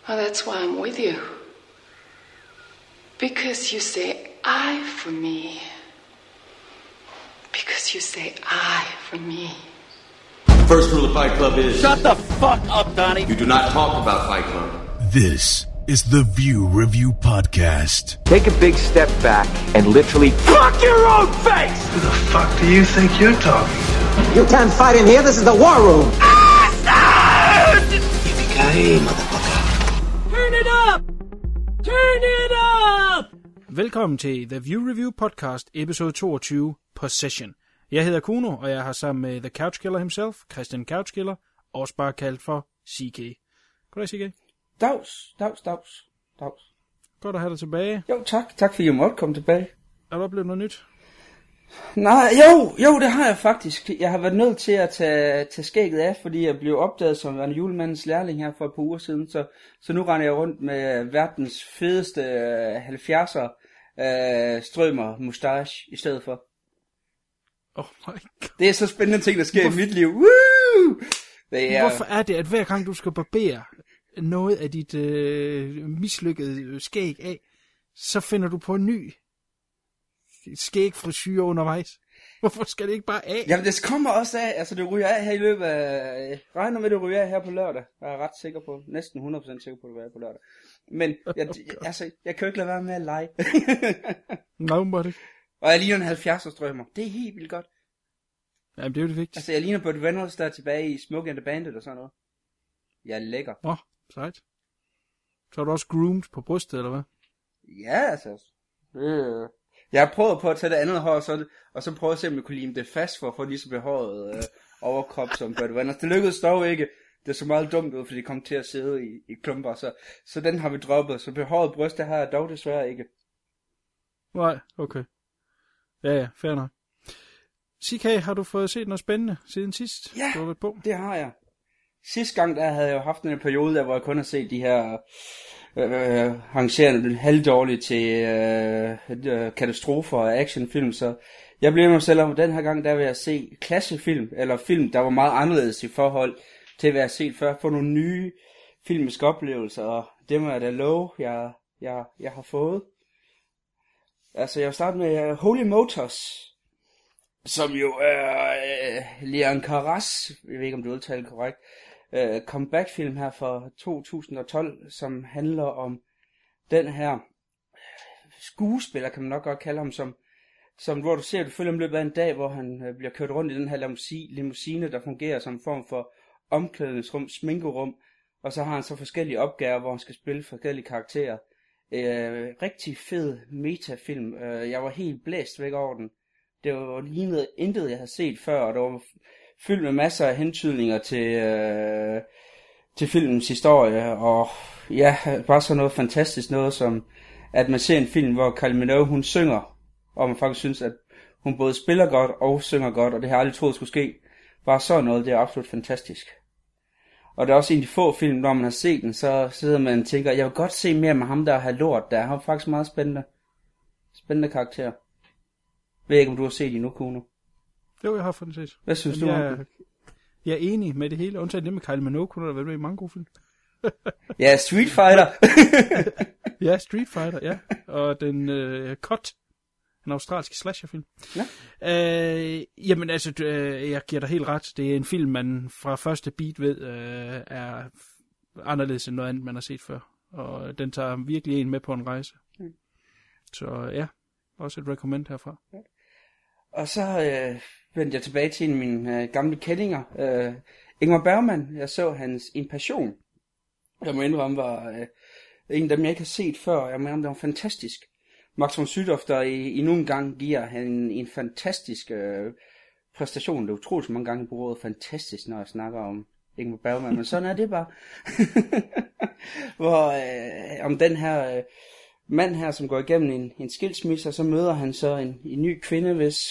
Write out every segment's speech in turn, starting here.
Well, that's why I'm with you. Because you say I for me. Because you say I for me. First rule of Fight Club is... Shut the fuck up, Donnie! You do not talk about Fight Club. This is the View Review Podcast. Take a big step back and literally fuck your own face! Who the fuck do you think you're talking to? You can't fight in here. This is the war room. Yippee-ki-yay, motherfucker. Turn it up! Turn it up! Velkommen til The View Review Podcast, episode 22, Possession. Jeg hedder Kuno, og jeg har sammen med The Couch Killer himself, Christian Couchkiller, også bare kaldt for CK. Goddag, CK. Dags. Godt at have dig tilbage. Jo, tak fordi jeg måtte komme tilbage. Er du oplevet noget nyt? Nej, jo, det har jeg faktisk. Jeg har været nødt til at tage skægget af, fordi jeg blev opdaget som en julemandens lærling her for et par uger siden. Så nu render jeg rundt med verdens fedeste 70'er strømmer mustache i stedet for. Oh my god. Det er så spændende ting, der sker i mit liv. Woo! Hvorfor er det, at hver gang du skal barbere noget af dit mislykkede skæg af, så finder du på en ny skægfrisyre undervejs? Hvorfor skal det ikke bare af? Jamen det kommer også af, altså det ryger af her i løbet af, regner med det ryger af her på lørdag. Jeg er ret sikker på, næsten 100% sikker på, at det er på lørdag. Men jeg kan jo ikke lade være med at lege. Nobody. Og jeg ligner en 70'er strømmer. Det er helt vildt godt. Jamen det er jo det vigtigste. Altså jeg ligner Burt Reynolds, der er tilbage i Smokey and the Bandit og sådan noget. Jeg er lækker. Sejt. Så er du også groomed på brystet, eller hvad? Ja, altså. Jeg har prøvet på at tage det andet hår, og så prøve at se, om jeg kunne lime det fast for at få lige så behåret overkrop som Burt Reynolds. Det lykkedes dog ikke. Det så meget dumt ud, fordi det kom til at sidde i klumper. Så den har vi droppet. Så behåret bryst, det har jeg dog desværre ikke. Nej, okay. Ja, fair nok. CK, har du fået set noget spændende siden sidst? Ja, du har været på? Det har jeg. Sidste gang, der havde jeg jo haft en periode, der, hvor jeg kun har set de her arrangerende halvdårligt til katastrofer og actionfilm, så jeg blev mig selv om, den her gang, der vil jeg se klassefilm, eller film, der var meget anderledes i forhold til, hvad jeg har set før, få nogle nye filmiske oplevelser, og det må jeg da love, jeg har fået. Altså, jeg vil starte med Holy Motors, som jo er Leon Karas, jeg ved ikke, om du udtaler det korrekt, comeback-film her fra 2012, som handler om den her skuespiller, kan man nok godt kalde ham, som hvor du ser, du følger om løbet af en dag, hvor han bliver kørt rundt i den her limousine, der fungerer som en form for omklædningsrum, sminkerum, og så har han så forskellige opgaver, hvor han skal spille forskellige karakterer. Rigtig fed metafilm. Jeg var helt blæst væk over den. Det var lignende intet, jeg havde set før, og det var fyldt med masser af hentydninger til filmens historie, og ja, bare sådan noget fantastisk noget, som at man ser en film, hvor Kylie Minogue, hun synger, og man faktisk synes, at hun både spiller godt og synger godt, og det har jeg aldrig troet skulle ske. Bare sådan noget, det er absolut fantastisk. Og det er også en af de få film, når man har set den, så sidder man og tænker, jeg vil godt se mere med ham, der har lort der. Han er faktisk meget spændende karakter. Jeg ved ikke, om du har set det nu, Kuno? Jo, jeg har fået den set. Hvad synes du om det? Jeg er enig med det hele, undtagen det med Kylie Minogue, kunne der være med i mange gode film. Ja, Street Fighter. Ja, Street Fighter, ja. Og den Cut, en australsk slasherfilm. Ja. Jamen altså, jeg giver dig helt ret. Det er en film, man fra første beat ved, er anderledes end noget andet, man har set før. Og den tager virkelig en med på en rejse. Så ja, også et recommend herfra. Ja. Og så vendte jeg tilbage til en af mine gamle kendinger, Ingmar Bergman. Jeg så hans En Passion. Jeg må indrømme, var en af dem, jeg ikke har set før. Jeg må indrømme, det var fantastisk. Max von Sydow, der endnu en gang giver han en fantastisk præstation. Det er utroligt mange gange bruger ordet fantastisk, når jeg snakker om Ingmar Bergman, men sådan er det bare. Hvor om den her mand her, som går igennem en skilsmisse, og så møder han så en ny kvinde, hvis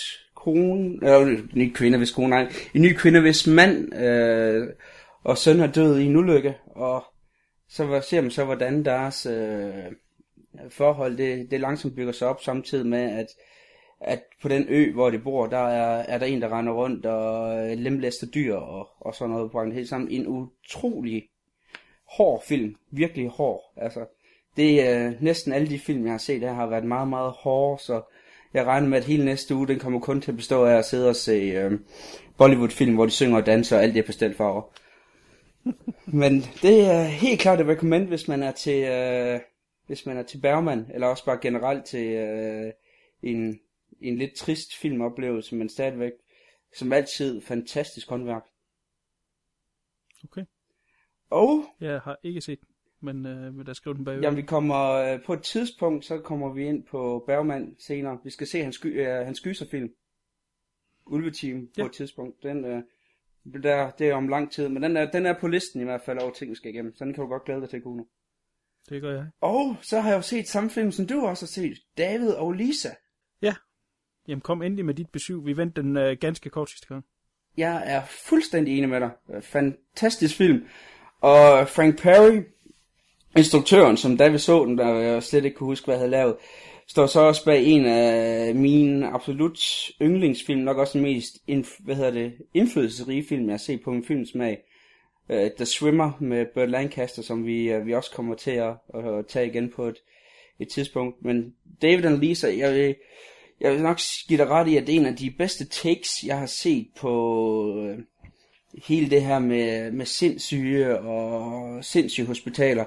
hvis mand og søn er død i en ulykke, og så ser man så, hvordan deres forhold, det langsomt bygger sig op, samtidig med, at på den ø, hvor de bor, der er der en, der render rundt og lemlæster dyr og sådan noget, brændt helt sammen. En utrolig hård film. Virkelig hård. Altså, det er næsten alle de film, jeg har set, der har været meget, meget hårde, så jeg regner med, at hele næste uge, den kommer kun til at bestå af at sidde og se Bollywood-film, hvor de synger og danser og alt det er pastelfarver. Men det er helt klart et recommend, hvis man er til Bergman, eller også bare generelt til en lidt trist filmoplevelse, men stadigvæk, som altid, fantastisk håndværk. Okay. Og jeg har ikke set men der skrev den bagud. Jamen vi kommer på et tidspunkt, så kommer vi ind på Bergman senere. Vi skal se hans gyserfilm. Ulveteam på et tidspunkt. Det er om lang tid, men den er på listen i hvert fald over ting, vi skal igennem. Så den kan du godt glæde dig til, Kuno. Det gør jeg. Og så har jeg jo set samme film, som du også har set. David og Lisa. Ja. Jamen kom endelig med dit besøg. Vi vendte den ganske kort sidste gang. Jeg er fuldstændig enig med dig. Fantastisk film. Og Frank Perry, instruktøren, som da vi så den, der jeg slet ikke kunne huske, hvad jeg havde lavet, står så også bag en af mine absolut yndlingsfilm, nok også den mest indflydelsesrige film, jeg har set på min filmsmag. The Swimmer med Burt Lancaster, som vi også kommer til at tage igen på et tidspunkt. Men David and Lisa, jeg vil nok give dig ret i, at det er en af de bedste takes, jeg har set på hele det her med sindssyge og sindssyge hospitaler.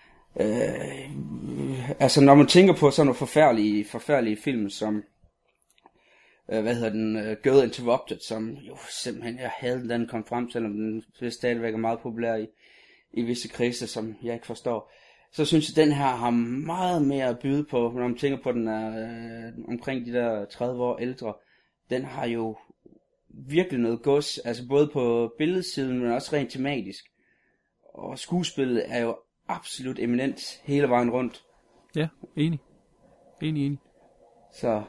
Altså når man tænker på sådan nogle forfærdelige film som Girl Interrupted, som jo simpelthen jeg havde den kom frem, selvom den stadigvæk er meget populær i visse kredse, som jeg ikke forstår. Så synes jeg den her har meget mere at byde på, når man tænker på den er omkring de der 30 år ældre. Den har jo virkelig noget gods, altså både på billedsiden, men også rent tematisk. Og skuespillet er jo absolut eminent hele vejen rundt. Ja, enig. Så,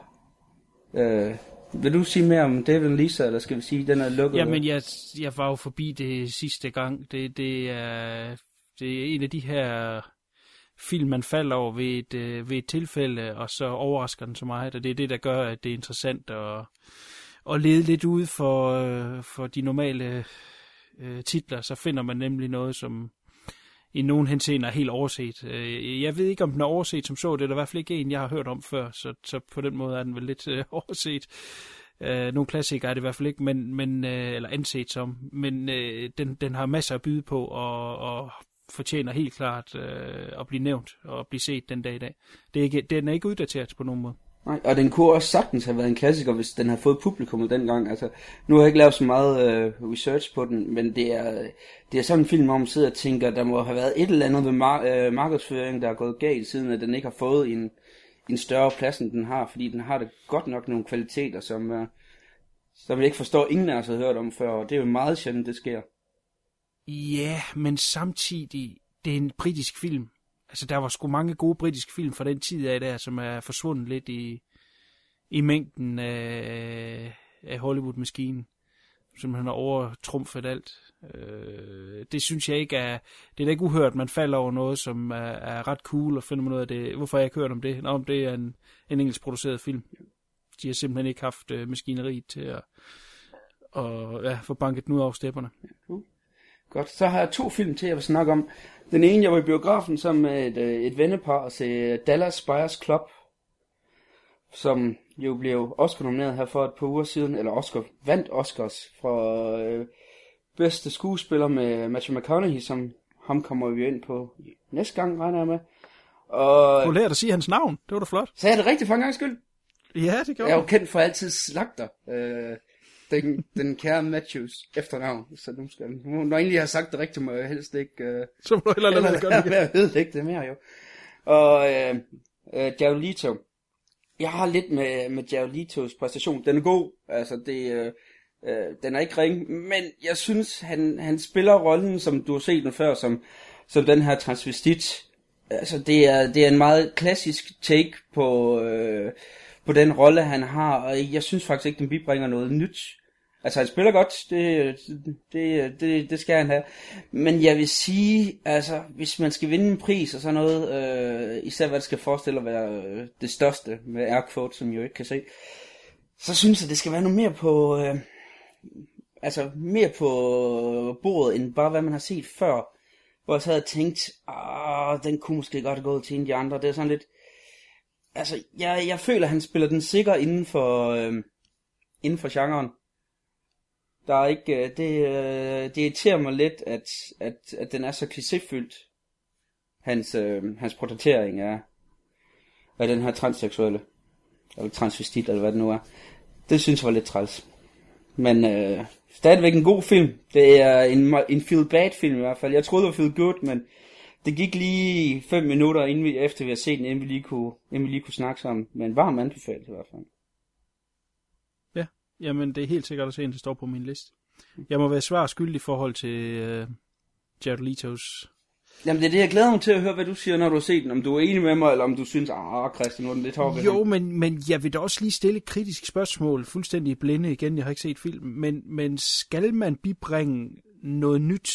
vil du sige mere om David and Lisa, eller skal vi sige, den er lukket? Jamen, jeg var jo forbi det sidste gang. Det er en af de her film, man falder over ved et tilfælde, og så overrasker den så meget, og det er det, der gør, at det er interessant at lede lidt ud for de normale titler. Så finder man nemlig noget, som i nogen henseender er helt overset. Jeg ved ikke, om den er overset som så, det er der i hvert fald ikke en, jeg har hørt om før, så på den måde er den vel lidt overset. Nogle klassikere er det i hvert fald ikke, men eller anset som, men den har masser at byde på, og fortjener helt klart at blive nævnt og blive set den dag i dag. Den er ikke uddateret på nogen måde. Nej, og den kunne også sagtens have været en klassiker, hvis den har fået publikum dengang. Altså, nu har jeg ikke lavet så meget research på den, men det er sådan en film, hvor man sidder og tænker, der må have været et eller andet ved markedsføring, der er gået galt, siden at den ikke har fået en større plads, end den har, fordi den har det godt nok nogle kvaliteter, som jeg ikke forstår, ingen af os har hørt om før, og det er jo meget sjældent, det sker. Ja, men samtidig, det er en britisk film. Altså, der var sgu mange gode britiske film fra den tid af der, som er forsvundet lidt i mængden af Hollywood-maskinen, som han har overtrumfet alt. Det synes jeg ikke er... Det er da ikke uhørt, man falder over noget, som er ret cool, og finder man ud af det. Hvorfor har jeg ikke hørt om det? Nå, om det er en engelsk produceret film. De har simpelthen ikke haft maskineriet til at få banket den ud af stepperne. Godt, så har jeg 2 film til, jeg vil snakke om. Den ene, jeg var i biografen sammen med et vennepar og se Dallas Buyers Club, som jo blev Oscar-nomineret her for et par uger siden, eller vandt Oscars for bedste skuespiller med Matthew McConaughey, som ham kommer vi ind på næste gang, regner jeg med. Og du lærte at sige hans navn, det var da flot. Så er det rigtigt for en gang skyld. Ja, det gjorde jeg er jo kendt for altid slagter. Den kære Matthews efternavn, så når egentlig jeg har sagt det rigtigt, må jeg helst ikke... så må du heller lade det godt. Jeg ved ikke det mere, jo. Og Jared Leto. Jeg har lidt med Jared Letos præstation. Den er god, altså den er ikke ring, men jeg synes, han spiller rollen, som du har set den før, som den her transvestit. Altså, det er en meget klassisk take på den rolle, han har, og jeg synes faktisk ikke, den bibringer noget nyt. Altså, han spiller godt, det skal han have. Men jeg vil sige, altså, hvis man skal vinde en pris og sådan noget, især hvad det skal forestille at være det største med air quote, som jeg jo ikke kan se, så synes jeg, det skal være noget mere på, mere på bordet, end bare hvad man har set før. hvor jeg så havde tænkt, den kunne måske godt have gået til en af de andre. Det er sådan lidt, altså, jeg føler, at han spiller den sikker inden for genren. Der er ikke, det irriterer mig lidt, at den er så klichéfyldt, hans portrættering af den her transseksuelle, eller transvestit, eller hvad det nu er. Det synes jeg var lidt træls. Men stadigvæk en god film. Det er en feel-bad film i hvert fald. Jeg troede, det var feel-good, men det gik lige 5 minutter, efter vi har set den, inden vi lige kunne snakke sammen. Men en varm anbefaling i hvert fald. Ja, jamen det er helt sikkert at se, det står på min liste. Jeg må være svar skyldig i forhold til Jared Leto's. Jamen det er det, jeg glæder mig til at høre, hvad du siger, når du har set den. Om du er enig med mig, eller om du synes, Christian, nu er den lidt hård ved Jo, men jeg vil da også lige stille et kritisk spørgsmål, fuldstændig blinde igen, jeg har ikke set filmen, men skal man bibringe noget nyt?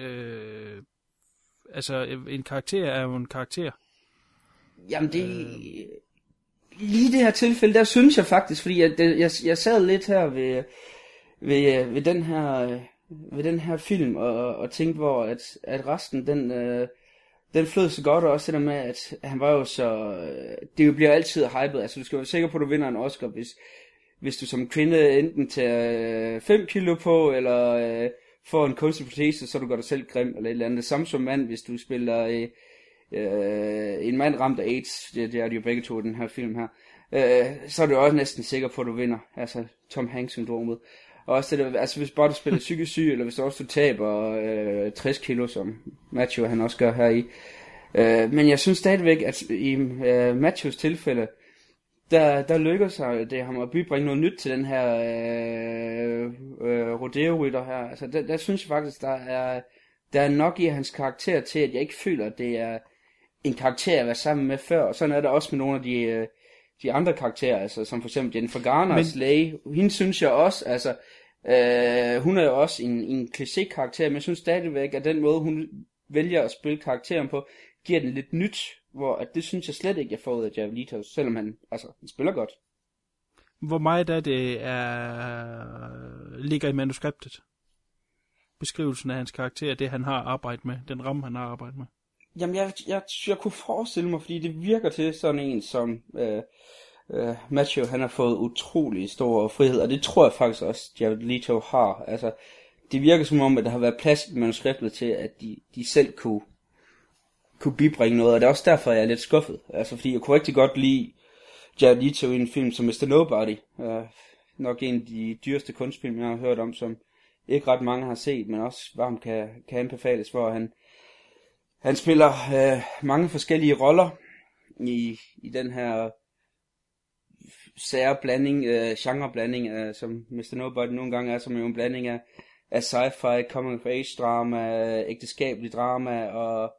Altså, en karakter er jo en karakter. Jamen lige det her tilfælde, der synes jeg faktisk, fordi jeg sad lidt her ved den her film og tænkte, hvor at resten den flød så godt, og også det der med, at han var jo så, det bliver altid hypet, altså du skal være sikker på, at du vinder en Oscar, hvis du som kvinde enten tager 5 kilo på, eller får en kunstig protese, så du gør dig selv grim, eller et eller andet. Det samme som mand, hvis du spiller en mand ramt af AIDS, det er de jo begge to i den her film her, så er du også næsten sikker på, at du vinder, altså Tom Hanks-syndromet. Og også det der, altså hvis bare du spiller psykisk syg, eller hvis du også taber 60 kilo, som Matthew han også gør her i. Men jeg synes stadigvæk, at i Matthews tilfælde, der lykkes sig det ham at bibringe noget nyt til den her rodeo-rytter her. Altså der synes jeg faktisk, der er nok i hans karakter til, at jeg ikke føler, at det er en karakter at være sammen med før. Og sådan er det også med nogle af de andre karakterer, altså som for eksempel Jennifer Garners læge. Hende synes jeg også, altså hun er jo også en kliché-karakter, men jeg synes stadigvæk, at den måde, hun vælger at spille karakteren på, giver den lidt nyt, hvor at det synes jeg slet ikke, jeg får ud af Jared Leto, selvom han spiller godt. Hvor meget af det ligger i manuskriptet? Beskrivelsen af hans karakter, det han har arbejdet med, den ramme han har arbejdet med. Jamen jeg kunne forestille mig, fordi det virker til sådan en som Matthew, han har fået utrolig stor frihed, og det tror jeg faktisk også Jared Leto har. Altså det virker som om, at der har været plads i manuskriptet til, at de selv kunne bibringe noget, og det er også derfor, jeg er lidt skuffet. Altså fordi jeg kunne rigtig godt lide Jared Leto i en film som Mr. Nobody. Nok en af de dyreste kunstfilm, jeg har hørt om, som ikke ret mange har set, men også varmt kan anbefales, hvor han spiller mange forskellige roller i den her sære blanding, genreblanding, som Mr. Nobody nogle gange er, som jo en blanding af sci-fi, coming of age drama, ægteskabelig drama, og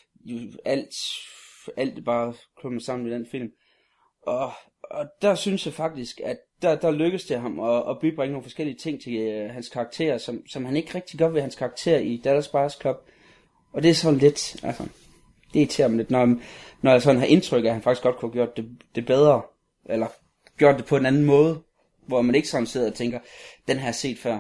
alt bare klummet sammen i den film. Og der synes jeg faktisk, at der lykkes det ham at bibringe nogle forskellige ting til hans karakter, som han ikke rigtig gør ved hans karakter i Dallas Buyers Club. Og det er sådan lidt, altså, det irriterer mig lidt, når jeg sådan har indtryk af, at han faktisk godt kunne have gjort det bedre, eller gjort det på en anden måde, hvor man ikke sådan sidder og tænker, den har jeg set før.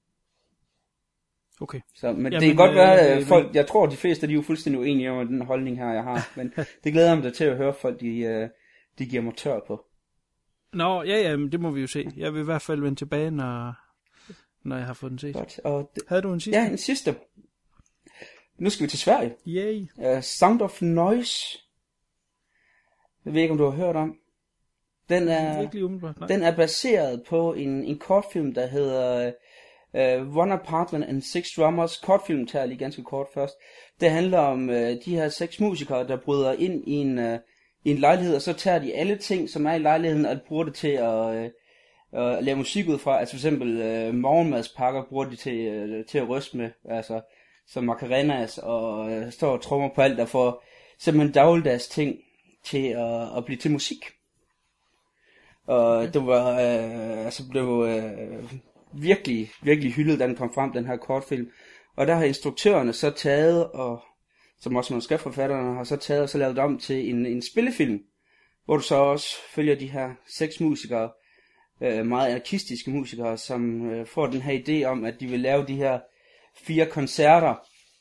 Okay. Så, men det kan godt være, at folk, jeg tror de fleste, de er jo fuldstændig uenige om den holdning her, jeg har, men det glæder mig da til at høre folk, de giver mig tør på. Nå, ja, men det må vi jo se. Jeg vil i hvert fald vende tilbage, når jeg har fået den set. Godt. Havde du en sidste? Ja, en sidste. Nu skal vi til Sverige. Yay. Sound of Noise. Jeg ved ikke, om du har hørt om. Den er baseret på en kortfilm, der hedder One Apartment and Six Drummers. Kortfilm tager jeg lige ganske kort først. Det handler om de her 6 musikere, der bryder ind i en lejlighed, og så tager de alle ting, som er i lejligheden, og bruger det til at lave musik ud fra. Altså for eksempel morgenmadspakker bruger de til at ryste med, altså som macarenas, og står og trommer på alt, der får simpelthen dagligdags ting til at blive til musik. Og det var blev virkelig, virkelig hyldet, da den kom frem, den her kortfilm. Og der har instruktørerne så taget, og som også manuskriptforfatterne har så taget og så lavet det om til en spillefilm, hvor du så også følger de her 6 musikere, meget anarkistiske musikere, som får den her idé om, at de vil lave de her 4 koncerter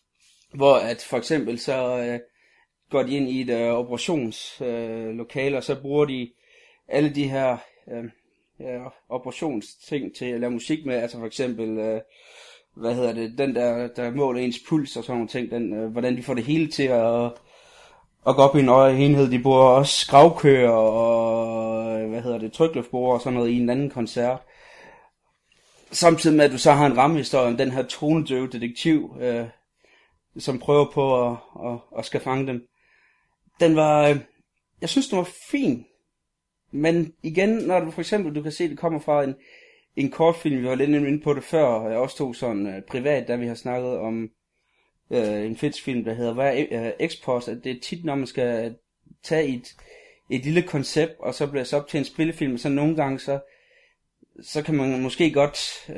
hvor at for eksempel så går de ind i et operationslokale, og så bruger de alle de her operationsting til at lave musik med, altså for eksempel, den der måler ens puls og sådan nogle ting, hvordan de får det hele til at gå op i en enhed. De bruger også skravkøer og, trykluftborer og sådan noget i en anden koncert. Samtidig med, at du så har en rammehistorie om den her tonedøve detektiv, som prøver på at skal fange dem. Den var, jeg synes, den var fin. Men igen, når du for eksempel, du kan se, det kommer fra en kortfilm, vi var lidt inde på det før, og jeg også tog sådan privat, da vi har snakket om en film, der hedder Hvad er X-Post, at det er tit, når man skal tage et lille koncept, og så bliver det op til en spillefilm, så nogle gange, så kan man måske godt,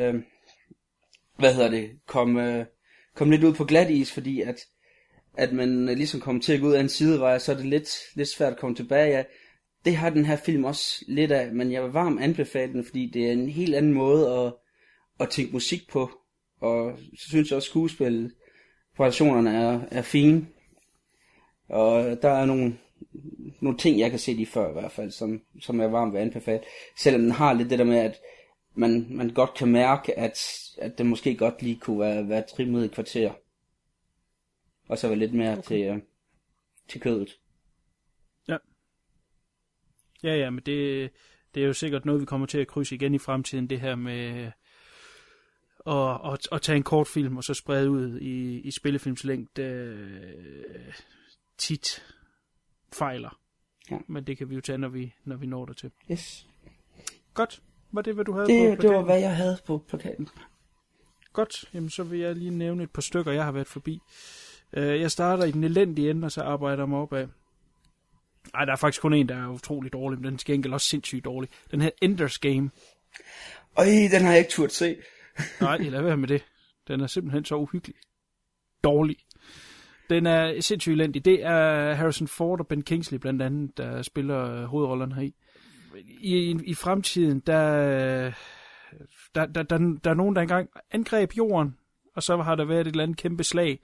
komme lidt ud på glat is, fordi at man ligesom kommer til at gå ud af en sidevej, så er det lidt svært at komme tilbage af. Det har den her film også lidt af, men jeg vil varmt anbefale den, fordi det er en helt anden måde at tænke musik på, og så synes jeg også, skuespillet, præstationerne er fine, og der er nogle ting, jeg kan se de før i hvert fald, som jeg varmt vil anbefale, selvom den har lidt det der med, at man godt kan mærke, at det måske godt lige kunne være trimmet i kvarter, og så være lidt mere til kødet. Ja, men det er jo sikkert noget, vi kommer til at krydse igen i fremtiden, det her med at tage en kortfilm og så sprede ud i spillefilmslængde tit fejler. Ja. Men det kan vi jo tage, når vi når der til. Yes. Godt. Var det, hvad du havde på plakaten? Det var, hvad jeg havde på plakaten. Godt. Jamen, så vil jeg lige nævne et par stykker, jeg har været forbi. Jeg starter i den elendige ende, og så arbejder mig opad. Ej, der er faktisk kun en, der er utrolig dårlig, men den skal enkelt også sindssygt dårlig. Den her Ender's Game. Den har jeg ikke turt se. Nej, lad være med det. Den er simpelthen så uhyggelig. Dårlig. Den er sindssygt elendig. Det er Harrison Ford og Ben Kingsley blandt andet, der spiller hovedrollerne heri. I fremtiden, der er nogen, der engang angreb jorden, og så har der været et eller andet kæmpe slag,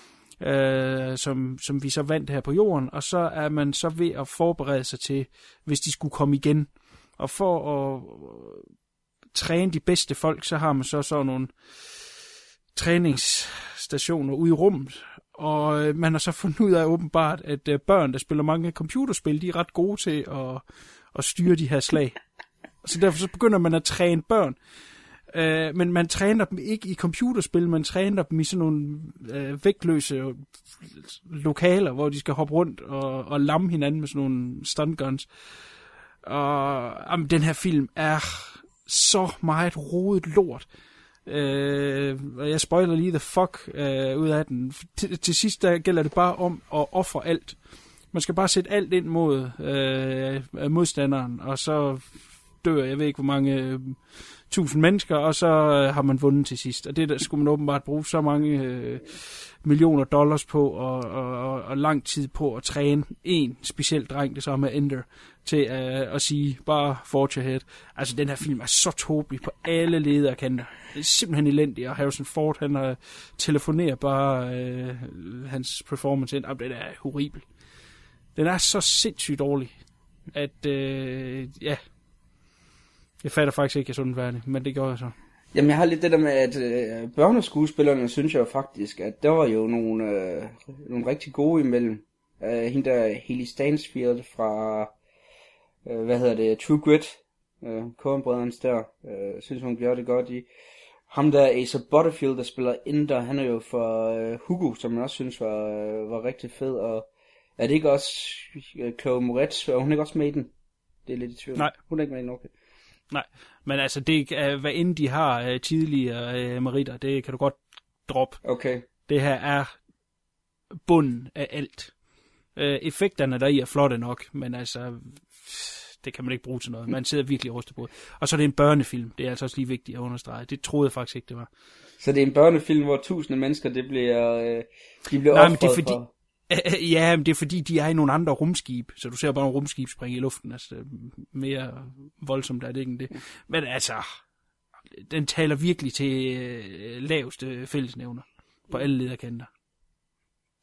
som vi så vandt her på jorden, og så er man så ved at forberede sig til, hvis de skulle komme igen. Og for at træne de bedste folk, så har man så sådan nogle træningsstationer ude i rummet, og man har så fundet ud af åbenbart, at børn, der spiller mange computerspil, de er ret gode til at styre de her slag. Så derfor så begynder man at træne børn. Men man træner dem ikke i computerspil, man træner dem i sådan nogle vægtløse lokaler, hvor de skal hoppe rundt og lamme hinanden med sådan nogle stunguns. Og den her film er så meget rodet lort. Og jeg spoiler lige the fuck ud af den. Til sidst der gælder det bare om at ofre alt. Man skal bare sætte alt ind mod modstanderen, og så dør jeg ved ikke hvor mange 1000 mennesker, og så har man vundet til sidst. Og det der skulle man åbenbart bruge så mange millioner dollars på, og lang tid på at træne en speciel dreng, det samme med Ender, til at sige bare forge ahead. Altså den her film er så tåbelig på alle leder og kanter. Det er simpelthen elendigt, og Harrison Ford, han telefonerer bare hans performance ind. Den er horribel. Den er så sindssygt dårlig, at jeg fatter faktisk ikke, at jeg så den færdig, men det gjorde jeg så. Jamen, jeg har lidt det der med, at børneskuespillerne, synes jeg jo faktisk, at der var jo nogle rigtig gode imellem. Hende der Haley Stansfield fra, True Grit, Coen-brødrens der, synes hun gjorde det godt i. Ham der Asa Butterfield, der spiller Ender, han er jo fra Hugo, som jeg også synes var rigtig fed, og er det ikke også Chloe Moretz, og hun er ikke også med i den? Det er lidt i tvivl. Nej. Hun er ikke med i den, okay. Nej, men altså, det hvad end de har tidligere meritter, det kan du godt droppe. Okay. Det her er bunden af alt. Effekterne deri er flotte nok, men altså, det kan man ikke bruge til noget. Man sidder virkelig rustet på. Og så er det en børnefilm. Det er altså også lige vigtigt at understrege. Det troede jeg faktisk ikke, det var. Så det er en børnefilm, hvor 1000 mennesker, de bliver offret for... Ja, men det er fordi, de er i nogle andre rumskib, så du ser bare nogle rumskib springe i luften, altså mere voldsomt er det ikke end det. Men altså, den taler virkelig til laveste fællesnævner på alle lederkanter.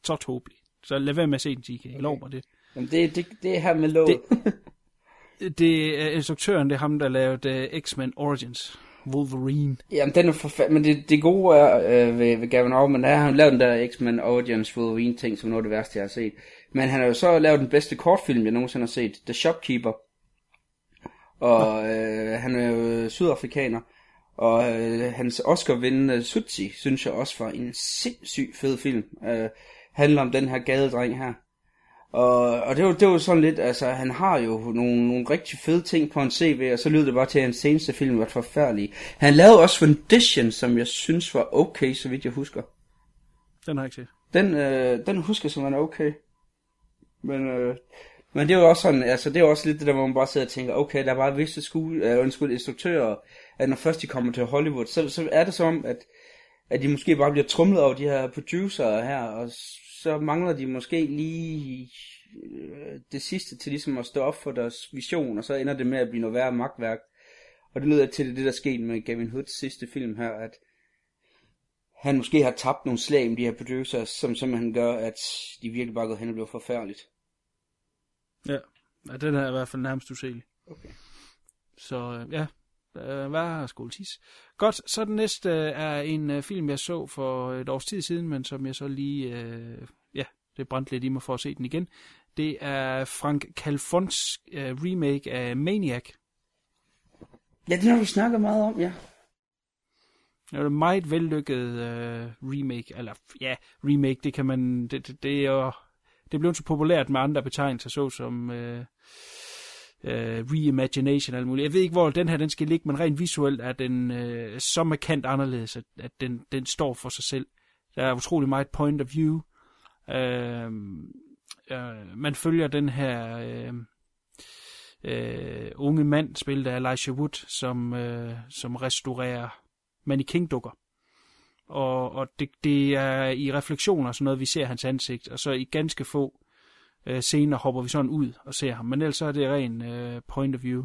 så tåbelig. Så lad være med at se den, GK. Jeg lover mig det. Jamen, det er her med låget. Det er instruktøren, det er ham, der lavede X-Men Origins. Wolverine. Jamen, den er men det gode er ved Gavin Hoffman, der har han lavet den der X-Men Origins Wolverine ting, som noget af det værste, jeg har set. Men han har jo så lavet den bedste kortfilm, jeg nogensinde har set, The Shopkeeper. Og han er jo sydafrikaner. Og hans Oscar-vindende Sutsi, synes jeg også var en sindssygt fed film. Handler om den her gadedreng her. Og det var sådan lidt, altså han har jo nogle rigtig fede ting på en CV, og så lyder det bare til, at hans seneste film var forfærdelig. Han lavede også Foundation, som jeg synes var okay, så vidt jeg husker. Den har jeg ikke set. Den husker som man er okay. Men det er jo også sådan, altså det er også lidt det der, hvor man bare sidder og tænker, okay, der er bare visse instruktører, at når først de kommer til Hollywood, så er det som, at de måske bare bliver trumlet over de her producer her, og så mangler de måske lige det sidste til ligesom at stå op for deres vision, og så ender det med at blive noget værre magtværk. Og det lyder til det der skete med Gavin Hoods sidste film her, at han måske har tabt nogle slag med de her producers, som simpelthen gør, at de virkelig bare går hen og bliver forfærdeligt. Ja, den er i hvert fald nærmest uselig. Okay. Så ja, hvad skoletis. Godt, så den næste er en film, jeg så for et års tid siden, men som jeg så lige, det brændte lidt i mig for at se den igen. Det er Frank Calfons remake af Maniac. Ja, det har vi snakket meget om, ja. Det er et meget vellykket remake, eller ja, remake, det kan man, det er jo, det blev så populært med andre betegnelser, så som reimagination og alt muligt. Jeg ved ikke, hvor den skal ligge, men rent visuelt er den så markant anderledes, at den står for sig selv. Der er utrolig meget point of view. Man følger den her unge mand, spillet af Elijah Wood, som restaurerer mannequin-dukker. Og det er i refleksioner sådan noget, vi ser hans ansigt, og så i ganske få scener hopper vi sådan ud og ser ham. Men ellers så er det ren point of view.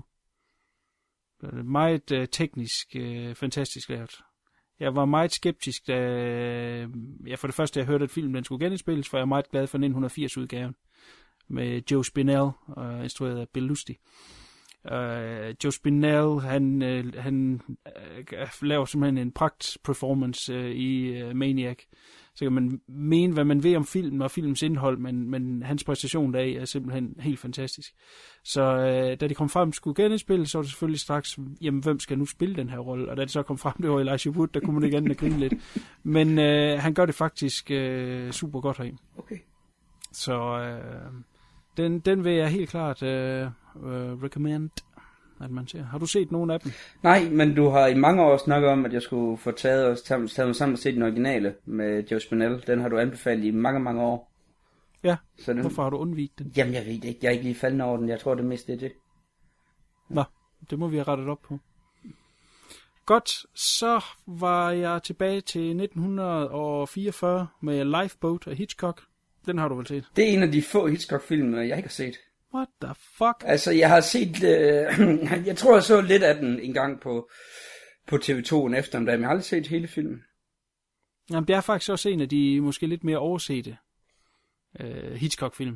Meget teknisk, fantastisk lavet. Jeg var meget skeptisk, da for det første, jeg hørte, at filmen den skulle genindspilles, for jeg er meget glad for 1980-udgaven med Joe Spinell, instrueret af Bill Lustig. Joe Spinell, han laver simpelthen en pragt-performance i Maniac. Så kan man mene, hvad man ved om filmen og filmens indhold, men hans præstation deri er simpelthen helt fantastisk. Så da de kom frem skulle genindspille, så var det selvfølgelig straks, jamen hvem skal nu spille den her rolle? Og da det så kom frem, det var Elijah Wood, der kunne man ikke andet grine lidt. Men han gør det faktisk super godt herinde. Okay. Så den vil jeg helt klart recommend, at man ser. Har du set nogen af dem? Nej, men du har i mange år snakket om, at jeg skulle få taget mig sammen og se den originale med Joe Spinell. Den har du anbefalet i mange, mange år. Ja, så hvorfor har du undviget den? Jamen, jeg ved ikke. Jeg er ikke lige faldet over den. Jeg tror, det mest er det. Nå, det må vi have rettet op på. Godt, så var jeg tilbage til 1944 med Lifeboat af Hitchcock. Den har du vel set? Det er en af de få Hitchcock-film, jeg ikke har set. What the fuck? Altså, jeg har set... jeg tror, jeg så lidt af den en gang på TV2 en eftermiddag, men jeg har aldrig set hele filmen. Jamen, det er faktisk også en af de måske lidt mere oversete Hitchcock-film.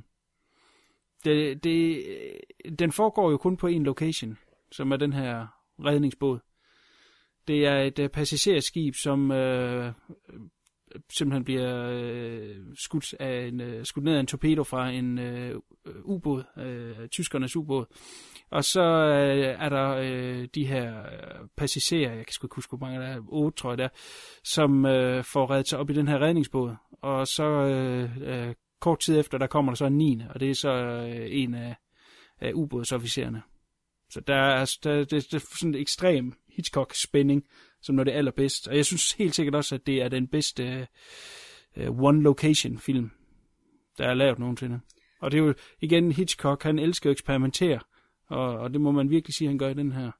Den foregår jo kun på en location, som er den her redningsbåd. Det er et passagerskib, som simpelthen bliver skudt ned af en torpedo fra en ubåd, tyskernes ubåd. Og så er der de her passagerer, jeg kan sgu ikke huske, hvor mange der er, 8 tror jeg der, som får reddet sig op i den her redningsbåd. Og så kort tid efter, der kommer der så en 9. Og det er så en af ubådsofficererne. Så der er sådan en ekstrem Hitchcock-spænding, som er det allerbedst. Og jeg synes helt sikkert også, at det er den bedste one-location-film, der er lavet nogensinde. Og det er jo igen Hitchcock, han elsker at eksperimentere, og det må man virkelig sige, han gør i den her.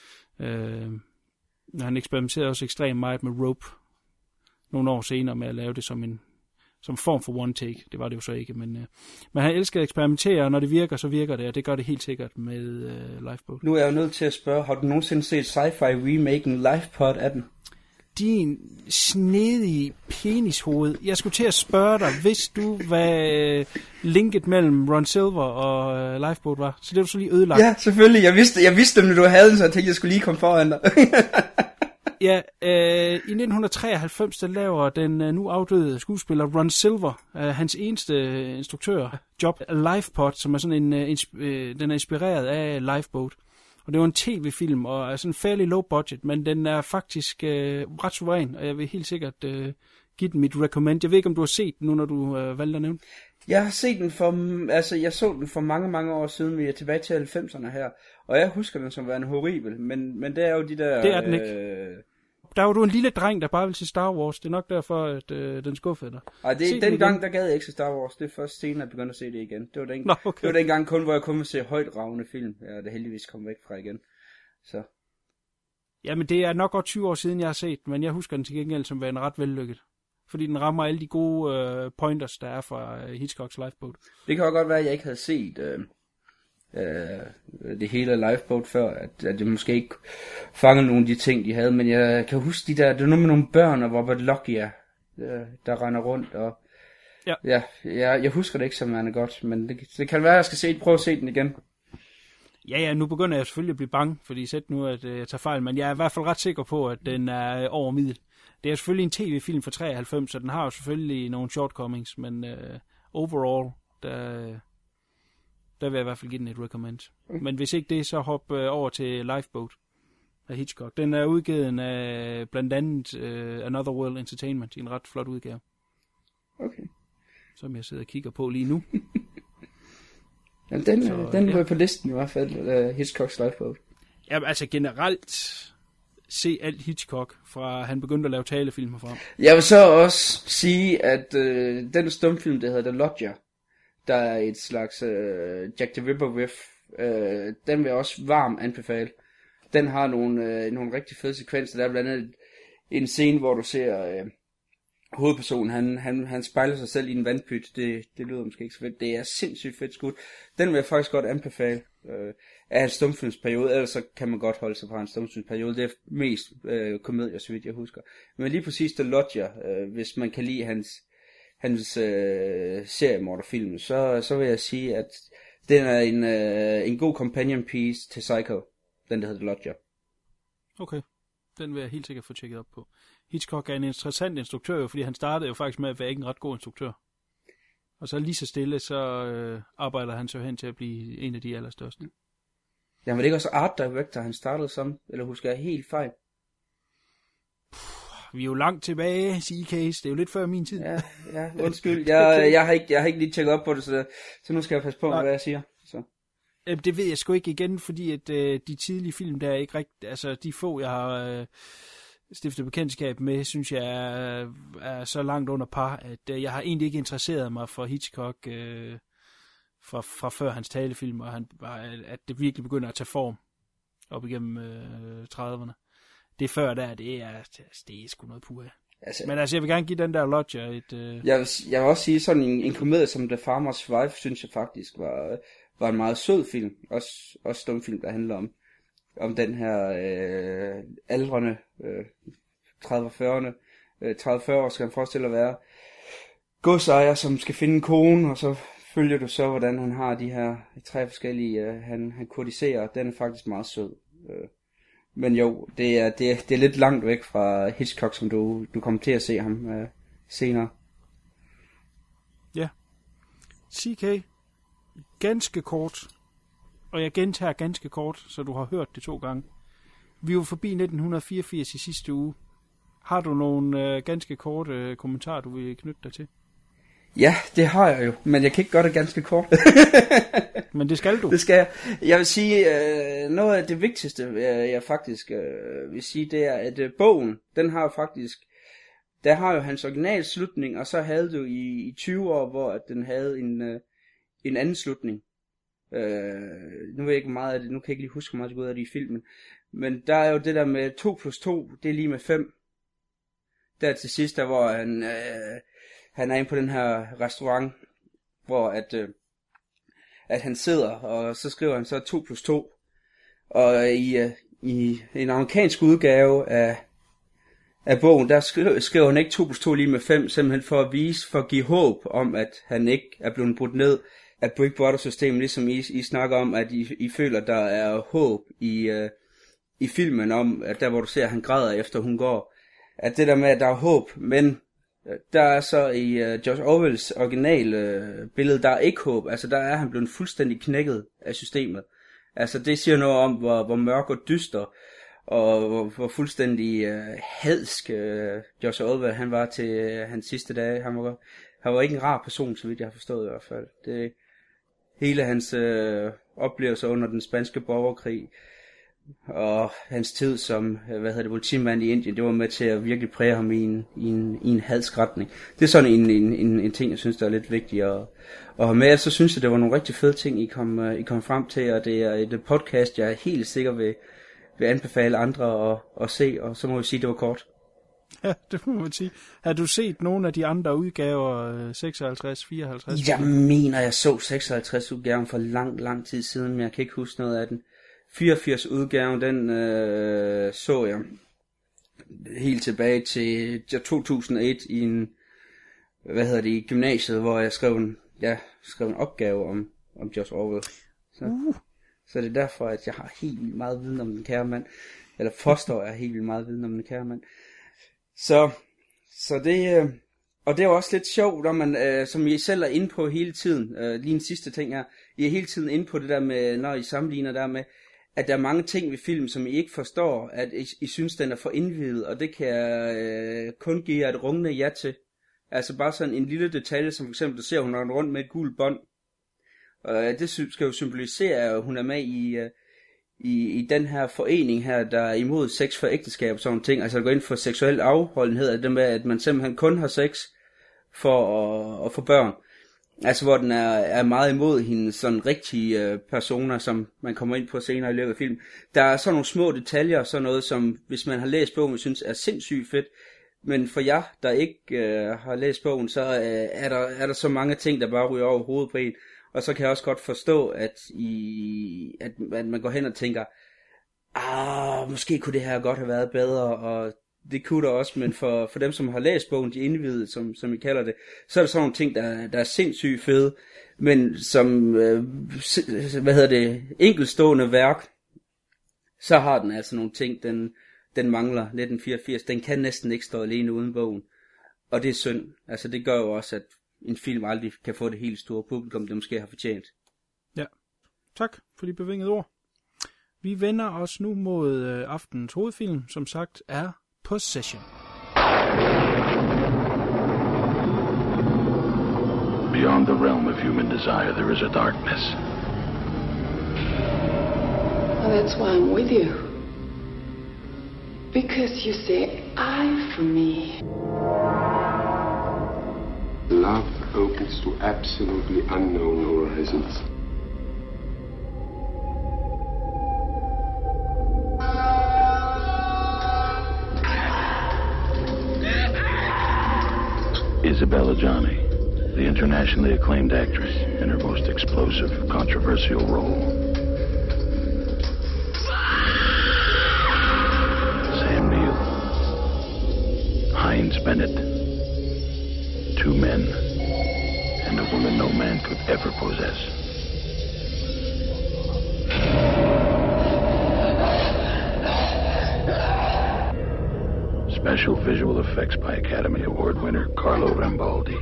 Han eksperimenterede også ekstremt meget med Rope nogle år senere med at lave det som form for one take. Det var det jo så ikke, men han elsker at eksperimentere, og når det virker, så virker det, og det gør det helt sikkert med Lifeboat. Nu er jeg jo nødt til at spørge, har du nogensinde set sci-fi remaken Lifeboat af den? din snedige penishoved. Jeg skulle til at spørge dig, hvis du hvad linket mellem Ron Silver og Lifeboat var. Så det var så lige ødelagt. Ja, selvfølgelig. Jeg vidste når du havde den, så jeg tænkte, jeg skulle lige komme foran dig. Ja, i 1993, der laver den nu afdøde skuespiller Ron Silver hans eneste instruktørjob, Lifeboat, som er sådan den er inspireret af Lifeboat. Og det var en tv-film, og er sådan fairly low budget, men den er faktisk ret suveræn, og jeg vil helt sikkert give den mit recommend. Jeg ved ikke, om du har set den nu, når du valgte at nævne. Jeg har set den jeg så den for mange, mange år siden, vi er tilbage til 90'erne her, og jeg husker den som værende horribel, men det er jo de der... Det er den ikke. Der var du en lille dreng, der bare ville se Star Wars. Det er nok derfor, at den skuffede dig. Ej, den gang, der gad jeg ikke se Star Wars. Det er først senere, jeg begyndte at se det igen. Det var den gang kun, hvor jeg kun ville se højtravende film. Ja, det heldigvis kom væk fra igen. Så. Jamen, det er nok godt 20 år siden, jeg har set men jeg husker den til gengæld som værende ret vellykket. Fordi den rammer alle de gode pointers, der er fra Hitchcocks Lifeboat. Det kan jo godt være, at jeg ikke havde set... det hele Lifeboat før, at det måske ikke fangede nogle af de ting, de havde, men jeg kan huske det var noget med nogle børn, og Robert Loggia, der render rundt, og jeg husker det ikke som værende godt, men det kan være, at jeg skal prøve at se den igen. Ja, nu begynder jeg selvfølgelig at blive bange, fordi sæt nu, at jeg tager fejl, men jeg er i hvert fald ret sikker på, at den er over middel. Det er selvfølgelig en tv-film fra 93, så den har jo selvfølgelig nogle shortcomings, men overall, der vil jeg i hvert fald give den et recommend. Men hvis ikke det, så hop over til Lifeboat af Hitchcock. Den er udgivet af blandt andet Another World Entertainment i en ret flot udgave. Okay. Som jeg sidder og kigger på lige nu. Jamen, den var på listen i hvert fald, Hitchcocks Lifeboat. Ja, altså generelt se alt Hitchcock, fra han begyndte at lave talefilmer fra. Jeg vil så også sige, at den stumfilm, der hedder The Lodger, der er et slags Jack the Ripper riff, den vil jeg også varmt anbefale. Den har nogle rigtig fede sekvenser. Der er blandt andet en scene, hvor du ser hovedpersonen, han spejler sig selv i en vandpyt. Det lyder måske ikke så fedt. Det er sindssygt fedt skudt. Den vil jeg faktisk godt anbefale af en stumfilmsperiode. Ellers så kan man godt holde sig fra en stumfilmsperiode. Det er mest komedier, så vidt jeg husker. Men lige præcis The Lodger, hvis man kan lide hans seriemorderfilm, så vil jeg sige, at den er en god companion piece til Psycho, den der hedder The Lodger. Okay, den vil jeg helt sikkert få tjekket op på. Hitchcock er en interessant instruktør, fordi han startede jo faktisk med at være ikke en ret god instruktør. Og så lige så stille, så arbejder han så hen til at blive en af de allerstørste. Jamen, var det ikke også art director, han startede som? Eller husker jeg helt fejl? Vi er jo langt tilbage, C-Case. Det er jo lidt før min tid. Ja, undskyld. Jeg har ikke lige tjekket op på det, så nu skal jeg passe på, hvad jeg siger. Så. Det ved jeg sgu ikke igen, fordi at de tidlige film, der er ikke rigtig... Altså, de få, jeg har stiftet bekendtskab med, synes jeg er så langt under par, at jeg har egentlig ikke interesseret mig for Hitchcock fra før hans talefilm, og at det virkelig begynder at tage form op igennem 30'erne. Det før der, det er sgu noget puha. Altså, men altså, jeg vil gerne give den der Lodger et... Jeg vil også sige, sådan en komedie som The Farmer's Wife, synes jeg faktisk var en meget sød film. Også stumfilm, der handler om den her aldrende 30-40'erne. 30-40 år skal han forestille at være godsejer, som skal finde en kone, og så følger du så, hvordan han har de her 3 forskellige, han kurtiserer. Den er faktisk meget sød. Men jo, det er lidt langt væk fra Hitchcock, som du kommer til at se ham senere. Ja. CK, ganske kort, og jeg gentager ganske kort, så du har hørt det 2 gange. Vi var forbi 1984 i sidste uge. Har du nogle ganske korte kommentarer, du vil knytte dig til? Ja, det har jeg jo, men jeg kan ikke gøre det ganske kort. Men det skal du. Det skal jeg. Jeg vil sige, noget af det vigtigste, jeg faktisk vil sige, det er, at bogen, den har faktisk, der har jo hans original slutning, og så havde du i 20 år, hvor at den havde en anden slutning. Nu ved jeg ikke meget af det, nu kan jeg ikke lige huske, hvor meget det går ud af det i filmen, men der er jo det der med 2 + 2, det er lige med 5. Der til sidst, der hvor han er inde på den her restaurant, hvor at han sidder, og så skriver han så 2 + 2. Og i en amerikansk udgave af bogen, der skriver han ikke 2 + 2 = 5, simpelthen for at give håb om, at han ikke er blevet brudt ned af Brick Brother-systemet, ligesom I snakker om, at I føler, der er håb i filmen om, at der hvor du ser, at han græder efter hun går, at det der med, at der er håb, men der er så i George Orwells originale billede, der er ikke håb, altså der er han blevet fuldstændig knækket af systemet. Altså det siger noget om, hvor mørk og dyster, og hvor fuldstændig hadsk George Orwell han var til hans sidste dage. Han var ikke en rar person, så vidt jeg har forstået i hvert fald. Det hele hans oplevelser under den spanske borgerkrig, og hans tid som, politimand i Indien, det var med til at virkelig præge ham i en hadsk retning. Det er sådan en ting, jeg synes, der er lidt vigtigt at have med. Så synes jeg, det var nogle rigtig fede ting, I kom frem til, og det er et podcast, jeg er helt sikker vil anbefale andre at se, og så må vi sige, at det var kort. Ja, det må man sige. Har du set nogle af de andre udgaver, 56, 54? Jeg mener, jeg så 56 udgaven for lang tid siden, men jeg kan ikke huske noget af den. 84 udgaven, den så jeg helt tilbage til 2001 i i gymnasiet, hvor jeg skrev en opgave om George Orwell. Så det er derfor, at jeg har helt vildt meget viden om den kære mand, eller forstår jeg helt vildt meget viden om den kære mand. Så det, og det er jo også lidt sjovt, når man, som I selv er inde på hele tiden, lige en sidste ting her, I er hele tiden inde på det der med, når I sammenligner der med, at der er mange ting ved film, som I ikke forstår, at I synes, den er for indvidet, og det kan jeg kun give jer et rungende ja til. Altså bare sådan en lille detalje, som for eksempel, du ser, hun har rundt med et gult bånd. Det skal jo symbolisere, at hun er med i den her forening her, der er imod sex for ægteskab og sådan ting. Altså at gå ind for seksuel afholdenhed, det med, at man simpelthen kun har sex for at få børn. Altså hvor den er meget imod hende sådan rigtige personer, som man kommer ind på senere i løbet af filmen. Der er sådan nogle små detaljer, sådan noget som, hvis man har læst bogen, jeg synes er sindssygt fedt. Men for jer, der ikke har læst bogen, så er der så mange ting, der bare ryger over hovedet på en. Og så kan jeg også godt forstå, at man går hen og tænker, måske kunne det her godt have været bedre, og det kunne der også, men for dem, som har læst bogen, de indvidede, som I kalder det, så er der sådan nogle ting, der er sindssygt fede, men som, enkeltstående værk, så har den altså nogle ting, den mangler 1984, den kan næsten ikke stå alene uden bogen, og det er synd. Altså det gør jo også, at en film aldrig kan få det helt store publikum, det måske har fortjent. Ja, tak for de bevingede ord. Vi vender os nu mod aftenens hovedfilm, som sagt er Possession. Beyond the realm of human desire, there is a darkness. Well, that's why I'm with you. Because you say I for me. Love opens to absolutely unknown horizons. Isabella Johnny, the internationally acclaimed actress in her most explosive, controversial role. Sam Neill, Heinz Bennett, two men, and a woman no man could ever possess. Special visual effects by Academy Award winner Carlo Rambaldi.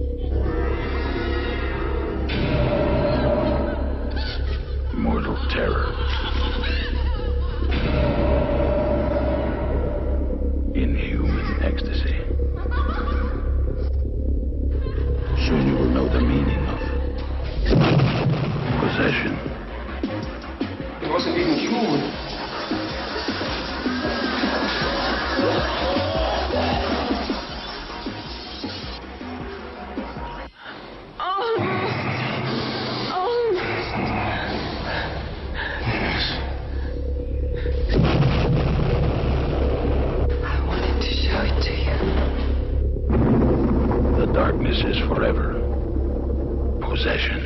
Mortal terror. Inhuman ecstasy. Soon you will know the meaning of possession. It wasn't even human. Darkness is forever. Possession.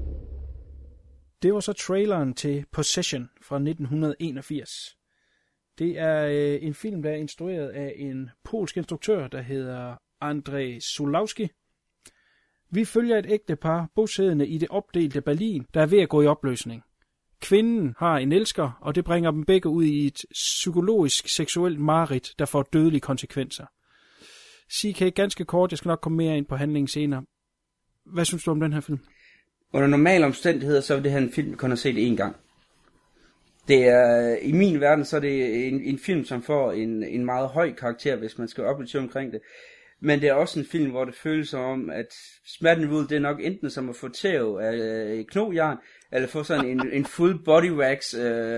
Det var så traileren til Possession fra 1981. Det er en film, der er instrueret af en polsk instruktør, der hedder Andrzej Sulawski. Vi følger et ægtepar bosiddende i det opdelte Berlin, der er ved at gå i opløsning. Kvinden har en elsker, og det bringer dem begge ud i et psykologisk seksuelt mareridt, der får dødelige konsekvenser. CK, ganske kort, jeg skal nok komme mere ind på handlingen senere. Hvad synes du om den her film? Under normale omstændigheder, så er det her en film, vi kun har set én gang. Det er, i min verden, så er det en film, som får en meget høj karakter, hvis man skal opleve omkring det. Men det er også en film, hvor det føles som om, at smerteniveauet, det er nok enten som at få tæv af knogjern, eller få sådan en full body wax,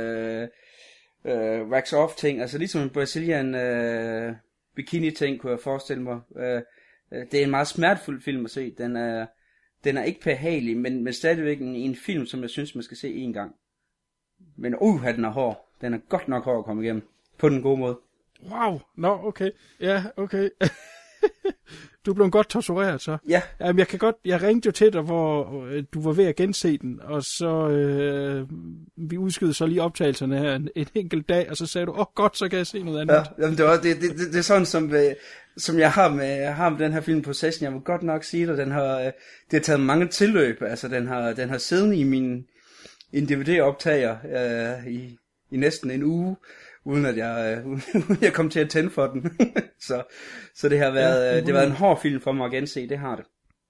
wax off ting. Altså ligesom en Brazilian bikini ting, kunne jeg forestille mig. Det er en meget smertefuld film at se. Den er ikke behagelig, men stadigvæk en film, som jeg synes, man skal se en gang. Men den er hård. Den er godt nok hård at komme igennem. På den gode måde. Wow, okay. Ja, okay. Du blev godt tortureret så. Ja. Jamen, jeg ringte jo til dig, hvor du var ved at gense den, og så vi udskydede så lige optagelserne her en enkelt dag, og så sagde du, godt, så kan jeg se noget andet. Ja, jamen det er sådan, som jeg har med den her film Possession. Jeg må godt nok sige det, det har taget mange tilløb. Altså, den har siddet i min DVD-optager i næsten en uge, uden at jeg kom til at tænde for den. så det har været, det har været en hård film for mig at gense, det har det.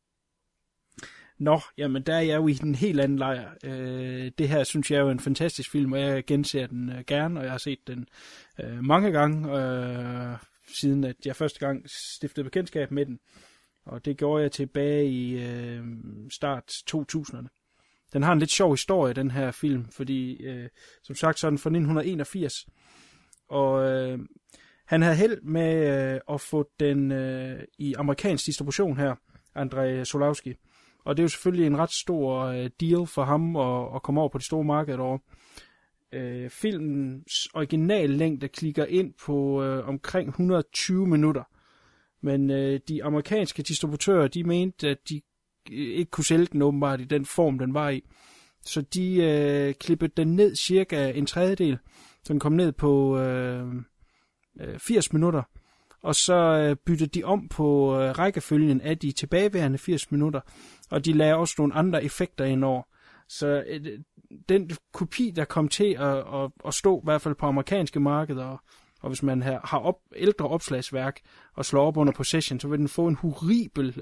Jamen der er jeg jo i en helt anden lejr. Det her synes jeg er jo en fantastisk film, og jeg genser den gerne, og jeg har set den mange gange, siden at jeg første gang stiftede bekendtskab med den. Og det gjorde jeg tilbage i start 2000'erne. Den har en lidt sjov historie, den her film, fordi som sagt så er den fra 1981. Og han havde held med at få den i amerikansk distribution her, Andrzej Sulawski. Og det er jo selvfølgelig en ret stor deal for ham at komme over på det store marked derovre. Filmens originallængde klikker ind på omkring 120 minutter. Men de amerikanske distributører, de mente, at de ikke kunne sælge den åbenbart i den form, den var i. Så de klippede den ned cirka en tredjedel. Så den kom ned på 80 minutter. Og så byttede de om på rækkefølgen af de tilbageværende 80 minutter. Og de lagde også nogle andre effekter ind over. Så den kopi, der kom til at stå, i hvert fald på amerikanske markeder, og hvis man har ældre opslagsværk og slår op under Possession, så vil den få en horribel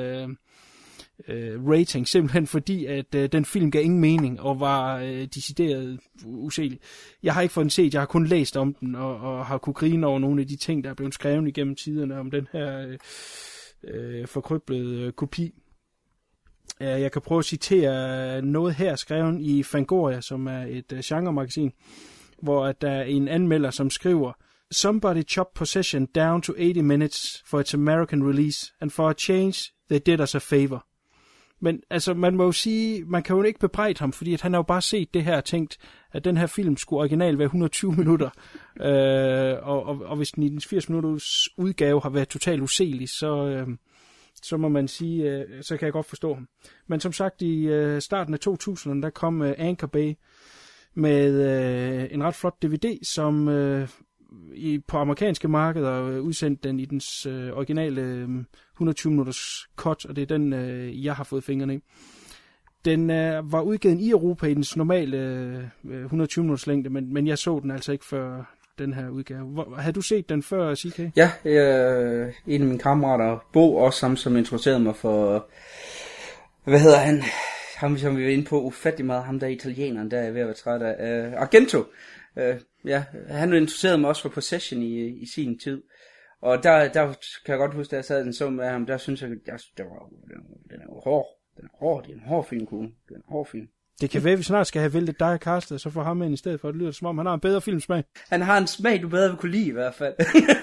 rating, simpelthen fordi, at den film gav ingen mening og var decideret uselig. Jeg har ikke fået den set, jeg har kun læst om den, og har kunne grine over nogle af de ting, der er blevet skrevet igennem tiderne om den her forkryblede kopi. Jeg kan prøve at citere noget her skrevet i Fangoria, som er et genremagasin, hvor der er en anmelder, som skriver: Somebody chopped Possession down to 80 minutes for its American release, and for a change, they did us a favor. Men altså, man må jo sige, man kan jo ikke bebrejde ham, fordi at han har jo bare set det her og tænkt, at den her film skulle originalt være 120 minutter. Og hvis den i den 80 minutters udgave har været totalt uselig, så må man sige, så kan jeg godt forstå ham. Men som sagt, i starten af 2000'erne, der kom Anchor Bay med en ret flot DVD, som på amerikanske markeder udsendte den i dens originale 120 minutters cut, og det er den, jeg har fået fingrene i. Den var udgivet i Europa i dens normale 120 minutters længde, men jeg så den altså ikke før den her udgave. Havde du set den før, CK? Ja, en af mine kammerater, Bo, også som introducerede mig for, hvad hedder han? Ham, som vi var inde på ufattelig meget, ham der italieneren, der er ved at være træt af, Argento. Ja, han introducerede mig også for Possession i sin tid. Og der kan jeg godt huske, da jeg sad den så med ham, der synes jeg, den er jo hård. Den er hård, det er en hård film, kunne. Det er en hård film. Det kan være, at vi snart skal have væltet dig castet, så får ham ind i stedet for. Det lyder som om, han har en bedre filmsmag. Han har en smag, du bedre vil kunne lide i hvert fald.